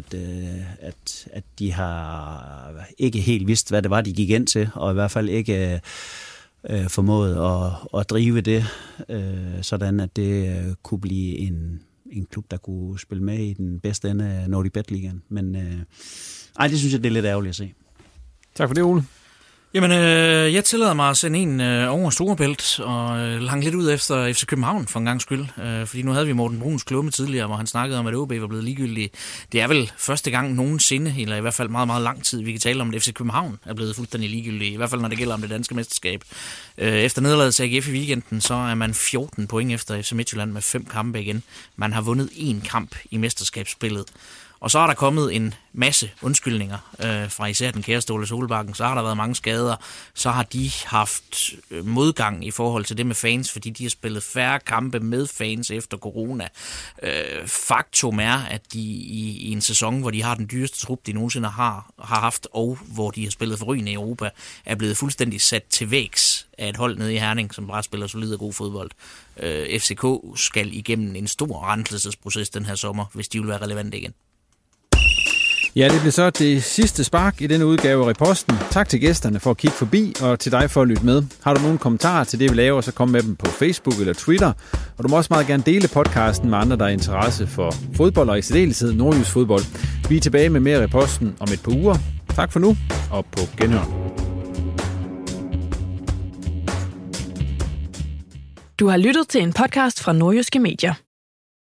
at de har ikke helt vidst, hvad det var, de gik ind til, og i hvert fald ikke formået at drive det, sådan at det kunne blive en klub, der kunne spille med i den bedste ende af NordicBet-ligaen. Men det synes jeg, det er lidt ærgerligt at se. Tak for det, Ole. Jamen, jeg tillader mig at sende en over Storebælt og lange lidt ud efter FC København for en gang skyld. Fordi nu havde vi Morten Bruns klumme tidligere, hvor han snakkede om, at OB var blevet ligegyldige. Det er vel første gang nogensinde, eller i hvert fald meget, meget lang tid, vi kan tale om, at FC København er blevet fuldstændig ligegyldige. I hvert fald, når det gælder om det danske mesterskab. Efter nederlaget til AGF i weekenden, så er man 14 point efter FC Midtjylland med 5 kampe igen. Man har vundet 1 kamp i mesterskabsspillet. Og så er der kommet en masse undskyldninger fra især den kære Ståle Solbakken. Så har der været mange skader. Så har de haft modgang i forhold til det med fans, fordi de har spillet færre kampe med fans efter corona. Faktum er, at de i en sæson, hvor de har den dyreste trup, de nogensinde har haft, og hvor de har spillet forrygende i Europa, er blevet fuldstændig sat til vægs af et hold nede i Herning, som bare spiller solid og god fodbold. FCK skal igennem en stor renselsesproces den her sommer, hvis de vil være relevante igen. Ja, det bliver så det sidste spark i denne udgave af Reposten. Tak til gæsterne for at kigge forbi, og til dig for at lytte med. Har du nogle kommentarer til det, vi laver, så kom med dem på Facebook eller Twitter. Og du må også meget gerne dele podcasten med andre, der er interesse for fodbold og i særdeleshed nordjysk fodbold. Vi er tilbage med mere Reposten om et par uger. Tak for nu, og på genhør. Du har lyttet til en podcast fra Nordjyske Medier.